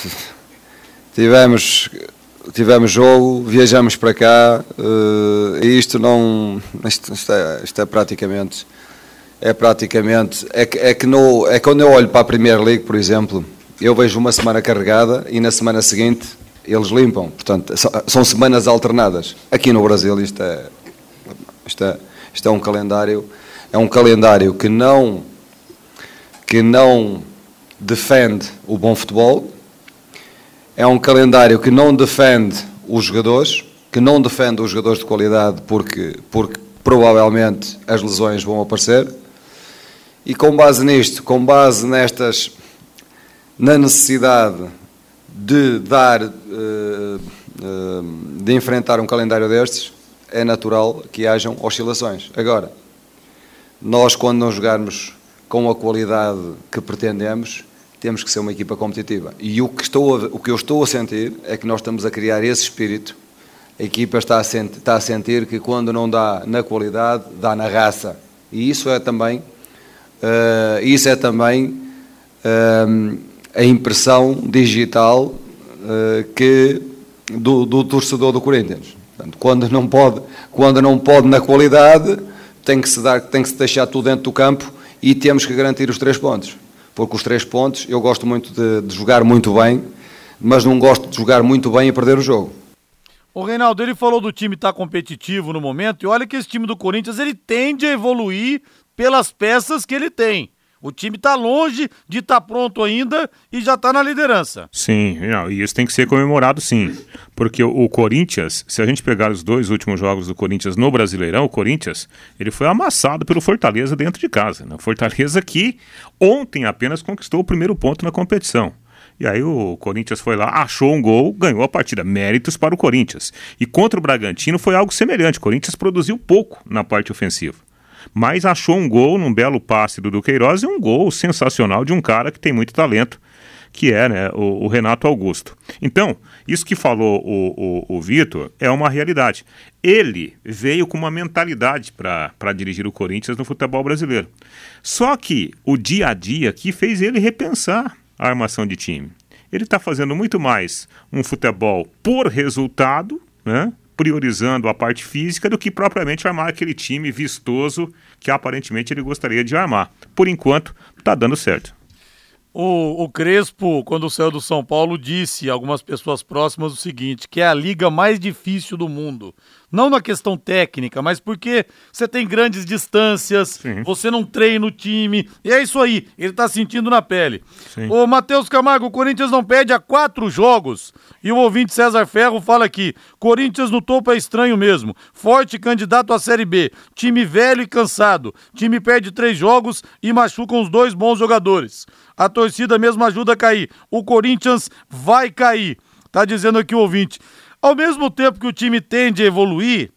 tivemos... Tivemos jogo, viajamos para cá uh, e isto não, isto, isto, é, isto é praticamente, é praticamente, é que, é que no, é quando eu olho para a Premier League, por exemplo, eu vejo uma semana carregada e na semana seguinte eles limpam, portanto são, são semanas alternadas. Aqui no Brasil isto é, isto é, isto é um calendário, é um calendário que não, que não defende o bom futebol. É um calendário que não defende os jogadores, que não defende os jogadores de qualidade porque, porque provavelmente as lesões vão aparecer. E com base nisto, com base nestas, na necessidade de dar, uh, uh, de enfrentar um calendário destes, é natural que hajam oscilações. Agora, nós quando não jogarmos com a qualidade que pretendemos, temos que ser uma equipa competitiva. E o que, estou a, o que eu estou a sentir é que nós estamos a criar esse espírito. A equipa está a, sentir, está a sentir que quando não dá na qualidade, dá na raça. E isso é também, uh, isso é também uh, a impressão digital uh, que, do, do torcedor do Corinthians. Portanto, quando não pode, quando não pode na qualidade, tem que se dar, tem que se deixar tudo dentro do campo e temos que garantir os três pontos. Porque os três pontos, eu gosto muito de, de jogar muito bem, mas não gosto de jogar muito bem e perder o jogo.
O Reinaldo, ele falou do time estar competitivo no momento, e olha que esse time do Corinthians, ele tende a evoluir pelas peças que ele tem. O time está longe de estar pronto ainda e já está na liderança.
Sim, não, e isso tem que ser comemorado sim, porque o, o Corinthians, se a gente pegar os dois últimos jogos do Corinthians no Brasileirão, o Corinthians, ele foi amassado pelo Fortaleza dentro de casa, né? Fortaleza que ontem apenas conquistou o primeiro ponto na competição. E aí o Corinthians foi lá, achou um gol, ganhou a partida. Méritos para o Corinthians. E contra o Bragantino foi algo semelhante, o Corinthians produziu pouco na parte ofensiva, mas achou um gol num belo passe do Duqueiroz e um gol sensacional de um cara que tem muito talento, que é, né, o, o Renato Augusto. Então, isso que falou o, o, o Vitor é uma realidade. Ele veio com uma mentalidade para dirigir o Corinthians no futebol brasileiro. Só que o dia a dia que fez ele repensar a armação de time. Ele está fazendo muito mais um futebol por resultado, né, priorizando a parte física, do que propriamente armar aquele time vistoso que aparentemente ele gostaria de armar. Por enquanto, está dando certo.
O, o Crespo, quando saiu do São Paulo, disse a algumas pessoas próximas o seguinte, que é a liga mais difícil do mundo. Não na questão técnica, mas porque você tem grandes distâncias, sim, você não treina o time, e é isso aí, ele tá sentindo na pele. Sim. Ô Matheus Camargo, o Corinthians não perde há quatro jogos, e o ouvinte César Ferro fala aqui, Corinthians no topo é estranho mesmo, forte candidato à Série B, time velho e cansado, time perde três jogos e machucam os dois bons jogadores. A torcida mesmo ajuda a cair, o Corinthians vai cair, tá dizendo aqui o ouvinte. Ao mesmo tempo que o time tende a evoluir,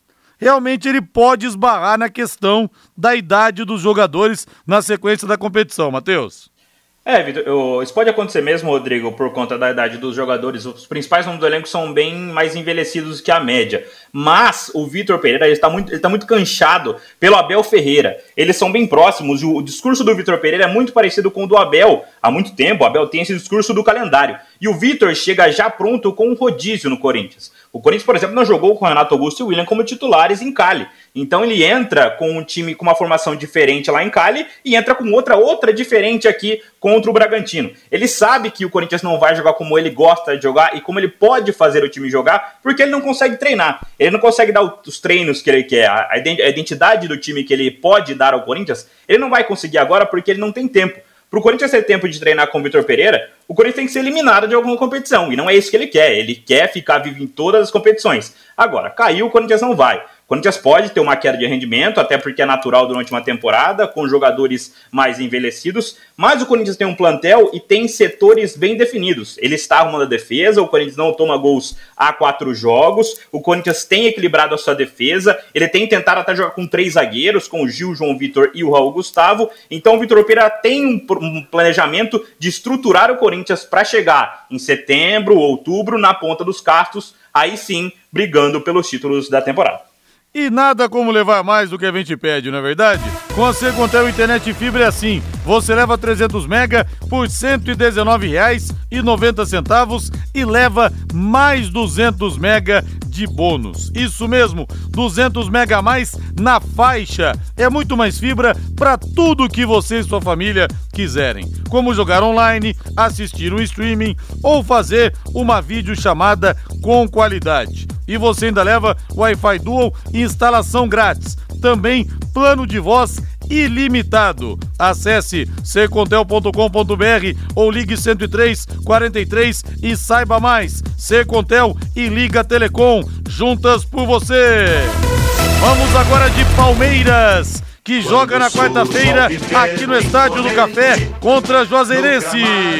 realmente ele pode esbarrar na questão da idade dos jogadores na sequência da competição, Matheus.
É, Vitor, isso pode acontecer mesmo, Rodrigo, por conta da idade dos jogadores. Os principais nomes do elenco são bem mais envelhecidos que a média. Mas o Vitor Pereira está muito, ele tá muito canchado pelo Abel Ferreira. Eles são bem próximos. O, o discurso do Vitor Pereira é muito parecido com o do Abel. Há muito tempo, o Abel tem esse discurso do calendário. E o Vitor chega já pronto com um rodízio no Corinthians. O Corinthians, por exemplo, não jogou com o Renato Augusto e o William como titulares em Cali. Então ele entra com um time com uma formação diferente lá em Cali e entra com outra, outra diferente aqui contra o Bragantino. Ele sabe que o Corinthians não vai jogar como ele gosta de jogar e como ele pode fazer o time jogar, porque ele não consegue treinar. Ele não consegue dar os treinos que ele quer, a identidade do time que ele pode dar ao Corinthians, ele não vai conseguir agora porque ele não tem tempo. Para o Corinthians ter tempo de treinar com o Vitor Pereira, o Corinthians tem que ser eliminado de alguma competição. E não é isso que ele quer. Ele quer ficar vivo em todas as competições. Agora, caiu, o Corinthians não vai. O Corinthians pode ter uma queda de rendimento, até porque é natural durante uma temporada, com jogadores mais envelhecidos, mas o Corinthians tem um plantel e tem setores bem definidos. Ele está arrumando a defesa, o Corinthians não toma gols há quatro jogos, o Corinthians tem equilibrado a sua defesa, ele tem tentado até jogar com três zagueiros, com o Gil, João Vitor e o Raul Gustavo, então o Vitor Pereira tem um, um planejamento de estruturar o Corinthians para chegar em setembro, outubro, na ponta dos castos, aí sim, brigando pelos títulos da temporada.
E nada como levar mais do que a gente pede, não é verdade? Com a Secontel Internet Fibra é assim, você leva trezentos mega por cento e dezenove reais e noventa centavos e leva mais duzentos mega de bônus. Isso mesmo, duzentos mega a mais na faixa. É muito mais fibra para tudo que você e sua família quiserem. Como jogar online, assistir um streaming ou fazer uma videochamada com qualidade. E você ainda leva Wi-Fi Dual e instalação grátis. Também plano de voz ilimitado. Acesse secontel ponto com ponto b r ou ligue cento e três, quarenta e três e saiba mais. Secontel e Liga Telecom, juntas por você. Vamos agora de Palmeiras, que joga na quarta-feira aqui no Estádio do Café contra Juazeirense.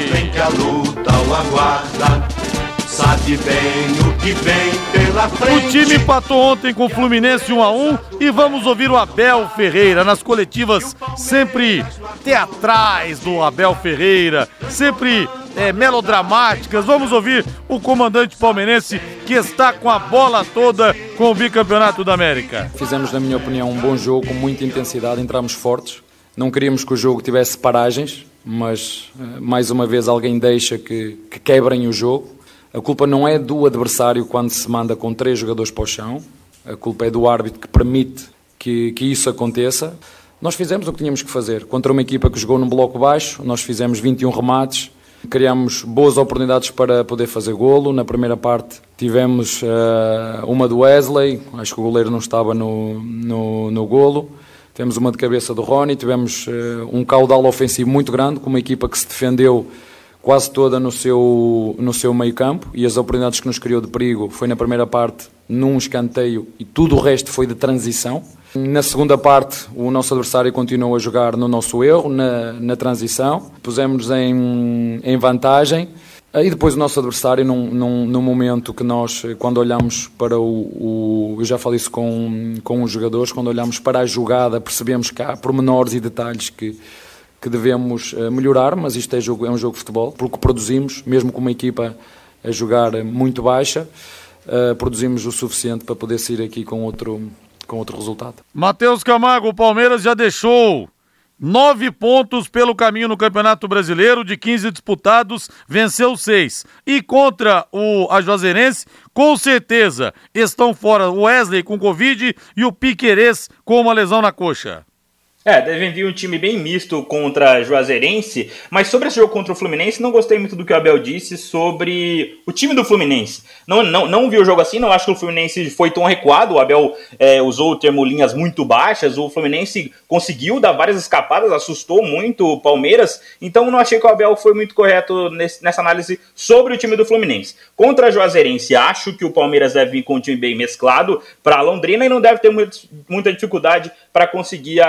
Sabe bem o que vem pela frente.
O time empatou ontem com o Fluminense um a um e vamos ouvir o Abel Ferreira nas coletivas sempre teatrais do Abel Ferreira, sempre é, melodramáticas. Vamos ouvir o comandante palmeirense que está com a bola toda com o bicampeonato da América.
Fizemos, na minha opinião, um bom jogo com muita intensidade, entramos fortes. Não queríamos que o jogo tivesse paragens, mas mais uma vez alguém deixa que, que quebrem o jogo. A culpa não é do adversário quando se manda com três jogadores para o chão. A culpa é do árbitro que permite que, que isso aconteça. Nós fizemos o que tínhamos que fazer. Contra uma equipa que jogou num bloco baixo, nós fizemos vinte e um remates, criámos boas oportunidades para poder fazer golo. Na primeira parte tivemos uh, uma do Wesley, acho que o goleiro não estava no, no, no golo. Tivemos uma de cabeça do Rony, tivemos uh, um caudal ofensivo muito grande, com uma equipa que se defendeu quase toda no seu, no seu meio campo, e as oportunidades que nos criou de perigo foi na primeira parte num escanteio e tudo o resto foi de transição. Na segunda parte o nosso adversário continuou a jogar no nosso erro, na, na transição, pusemos-nos em, em vantagem, e depois o nosso adversário num, num, num momento que nós, quando olhamos para o, o eu já falei isso com, com os jogadores, quando olhamos para a jogada percebemos que há pormenores e detalhes que que devemos melhorar, mas isto é, jogo, é um jogo de futebol, porque produzimos, mesmo com uma equipa a jogar muito baixa, uh, produzimos o suficiente para poder sair aqui com outro, com outro resultado.
Matheus Camargo, o Palmeiras já deixou nove pontos pelo caminho no Campeonato Brasileiro, de quinze disputados, venceu seis. E contra o a Juazeirense, com certeza, estão fora o Wesley com Covid e o Piquerez com uma lesão na coxa.
É, deve vir um time bem misto contra a Juazeirense, mas sobre esse jogo contra o Fluminense, não gostei muito do que o Abel disse sobre o time do Fluminense. Não, não, não vi o jogo assim, não acho que o Fluminense foi tão recuado, o Abel é, usou o termo linhas muito baixas, o Fluminense conseguiu dar várias escapadas, assustou muito o Palmeiras, então não achei que o Abel foi muito correto nesse, nessa análise sobre o time do Fluminense. Contra a Juazeirense, acho que o Palmeiras deve vir com um time bem mesclado para Londrina e não deve ter muito, muita dificuldade para conseguir a classificação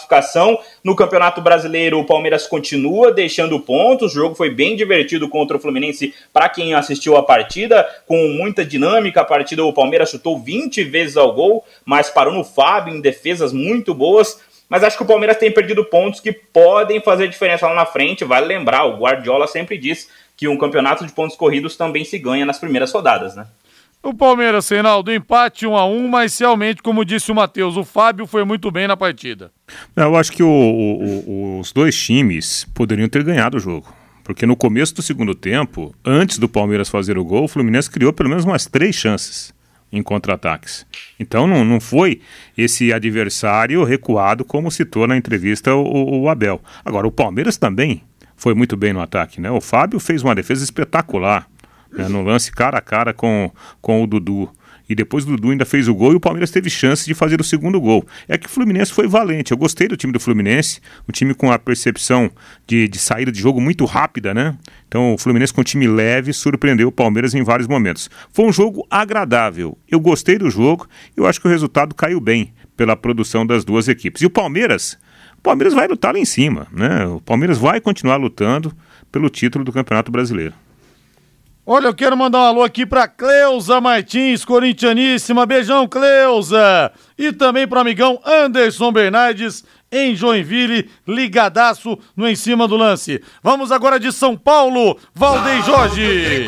classificação. No Campeonato Brasileiro, o Palmeiras continua deixando pontos. O jogo foi bem divertido contra o Fluminense para quem assistiu a partida, com muita dinâmica. A partida, o Palmeiras chutou vinte vezes ao gol, mas parou no Fábio em defesas muito boas. Mas acho que o Palmeiras tem perdido pontos que podem fazer diferença lá na frente. Vale lembrar, o Guardiola sempre diz que um campeonato de pontos corridos também se ganha nas primeiras rodadas, né?
O Palmeiras, Reinaldo, empate um a um, mas realmente, como disse o Matheus, o Fábio foi muito bem na partida.
Eu acho que o, o, o, os dois times poderiam ter ganhado o jogo. Porque no começo do segundo tempo, antes do Palmeiras fazer o gol, o Fluminense criou pelo menos umas três chances em contra-ataques. Então não, não foi esse adversário recuado, como citou na entrevista o, o Abel. Agora, o Palmeiras também foi muito bem no ataque, né? O Fábio fez uma defesa espetacular, né, no lance cara a cara com, com o Dudu. E depois o Dudu ainda fez o gol e o Palmeiras teve chance de fazer o segundo gol. É que o Fluminense foi valente. Eu gostei do time do Fluminense, um time com a percepção de, de saída de jogo muito rápida, né? Então o Fluminense com um time leve surpreendeu o Palmeiras em vários momentos. Foi um jogo agradável. Eu gostei do jogo e eu acho que o resultado caiu bem pela produção das duas equipes. E o Palmeiras... O Palmeiras vai lutar lá em cima, né? O Palmeiras vai continuar lutando pelo título do Campeonato Brasileiro.
Olha, eu quero mandar um alô aqui pra Cleusa Martins, corintianíssima. Beijão, Cleusa. E também pro amigão Anderson Bernardes, em Joinville, ligadaço no Em Cima do Lance. Vamos agora de São Paulo, Valdez Jorge.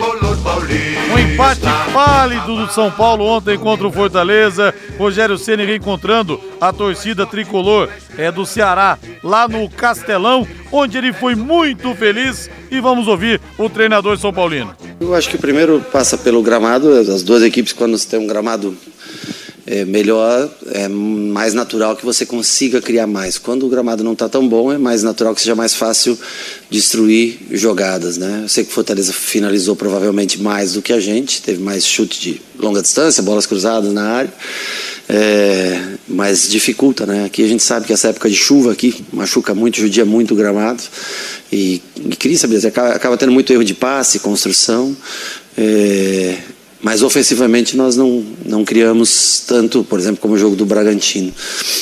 Um empate pálido do São Paulo ontem contra o Fortaleza. Rogério Ceni reencontrando a torcida tricolor é, do Ceará lá no Castelão, onde ele foi muito feliz. E vamos ouvir o treinador São Paulino.
Eu acho que o primeiro passa pelo gramado. As duas equipes, quando você tem um gramado é melhor, é mais natural que você consiga criar mais. Quando o gramado não está tão bom, é mais natural que seja mais fácil destruir jogadas, né? Eu sei que o Fortaleza finalizou provavelmente mais do que a gente, teve mais chute de longa distância, bolas cruzadas na área, é, mas dificulta, né? Aqui a gente sabe que essa época de chuva aqui machuca muito, judia muito o gramado e, e queria saber, acaba, acaba tendo muito erro de passe, construção, é, mas ofensivamente nós não, não criamos tanto, por exemplo, como o jogo do Bragantino.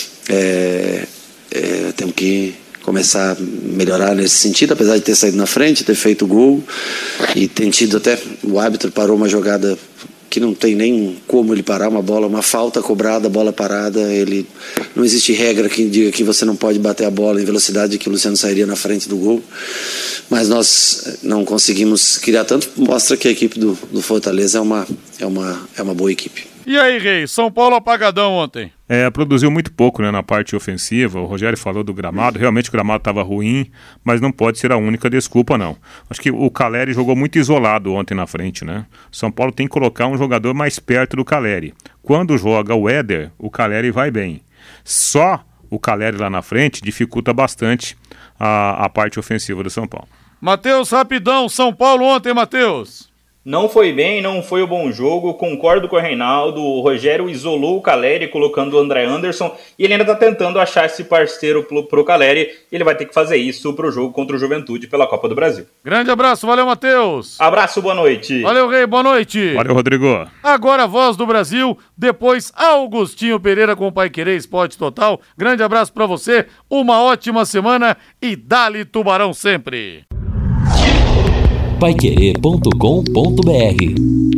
É, é, temos que começar a melhorar nesse sentido, apesar de ter saído na frente, ter feito gol e ter tido até, o árbitro parou uma jogada que não tem nem como ele parar, uma bola, uma falta cobrada, bola parada, ele, não existe regra que diga que você não pode bater a bola em velocidade, que o Luciano sairia na frente do gol, mas nós não conseguimos criar tanto, mostra que a equipe do, do Fortaleza é uma, é, uma, é uma boa equipe.
E aí, Rei, São Paulo apagadão ontem?
É, produziu muito pouco, né, na parte ofensiva. O Rogério falou do gramado, realmente o gramado estava ruim, mas não pode ser a única desculpa, não. Acho que o Caleri jogou muito isolado ontem na frente, né? São Paulo tem que colocar um jogador mais perto do Caleri. Quando joga o Éder, o Caleri vai bem. Só o Caleri lá na frente dificulta bastante a, a parte ofensiva do São Paulo.
Matheus, rapidão, São Paulo ontem, Matheus.
Não foi bem, não foi o bom jogo, concordo com o Reinaldo, o Rogério isolou o Caleri colocando o André Anderson e ele ainda está tentando achar esse parceiro pro, pro Caleri e ele vai ter que fazer isso pro jogo contra o Juventude pela Copa do Brasil.
Grande abraço, valeu Matheus.
Abraço, boa noite.
Valeu Rei, boa noite.
Valeu Rodrigo.
Agora a Voz do Brasil, depois Augustinho Pereira com o Pai Querer Esporte Total. Grande abraço pra você, uma ótima semana e dá-lhe Tubarão sempre.
paiquerê ponto com ponto br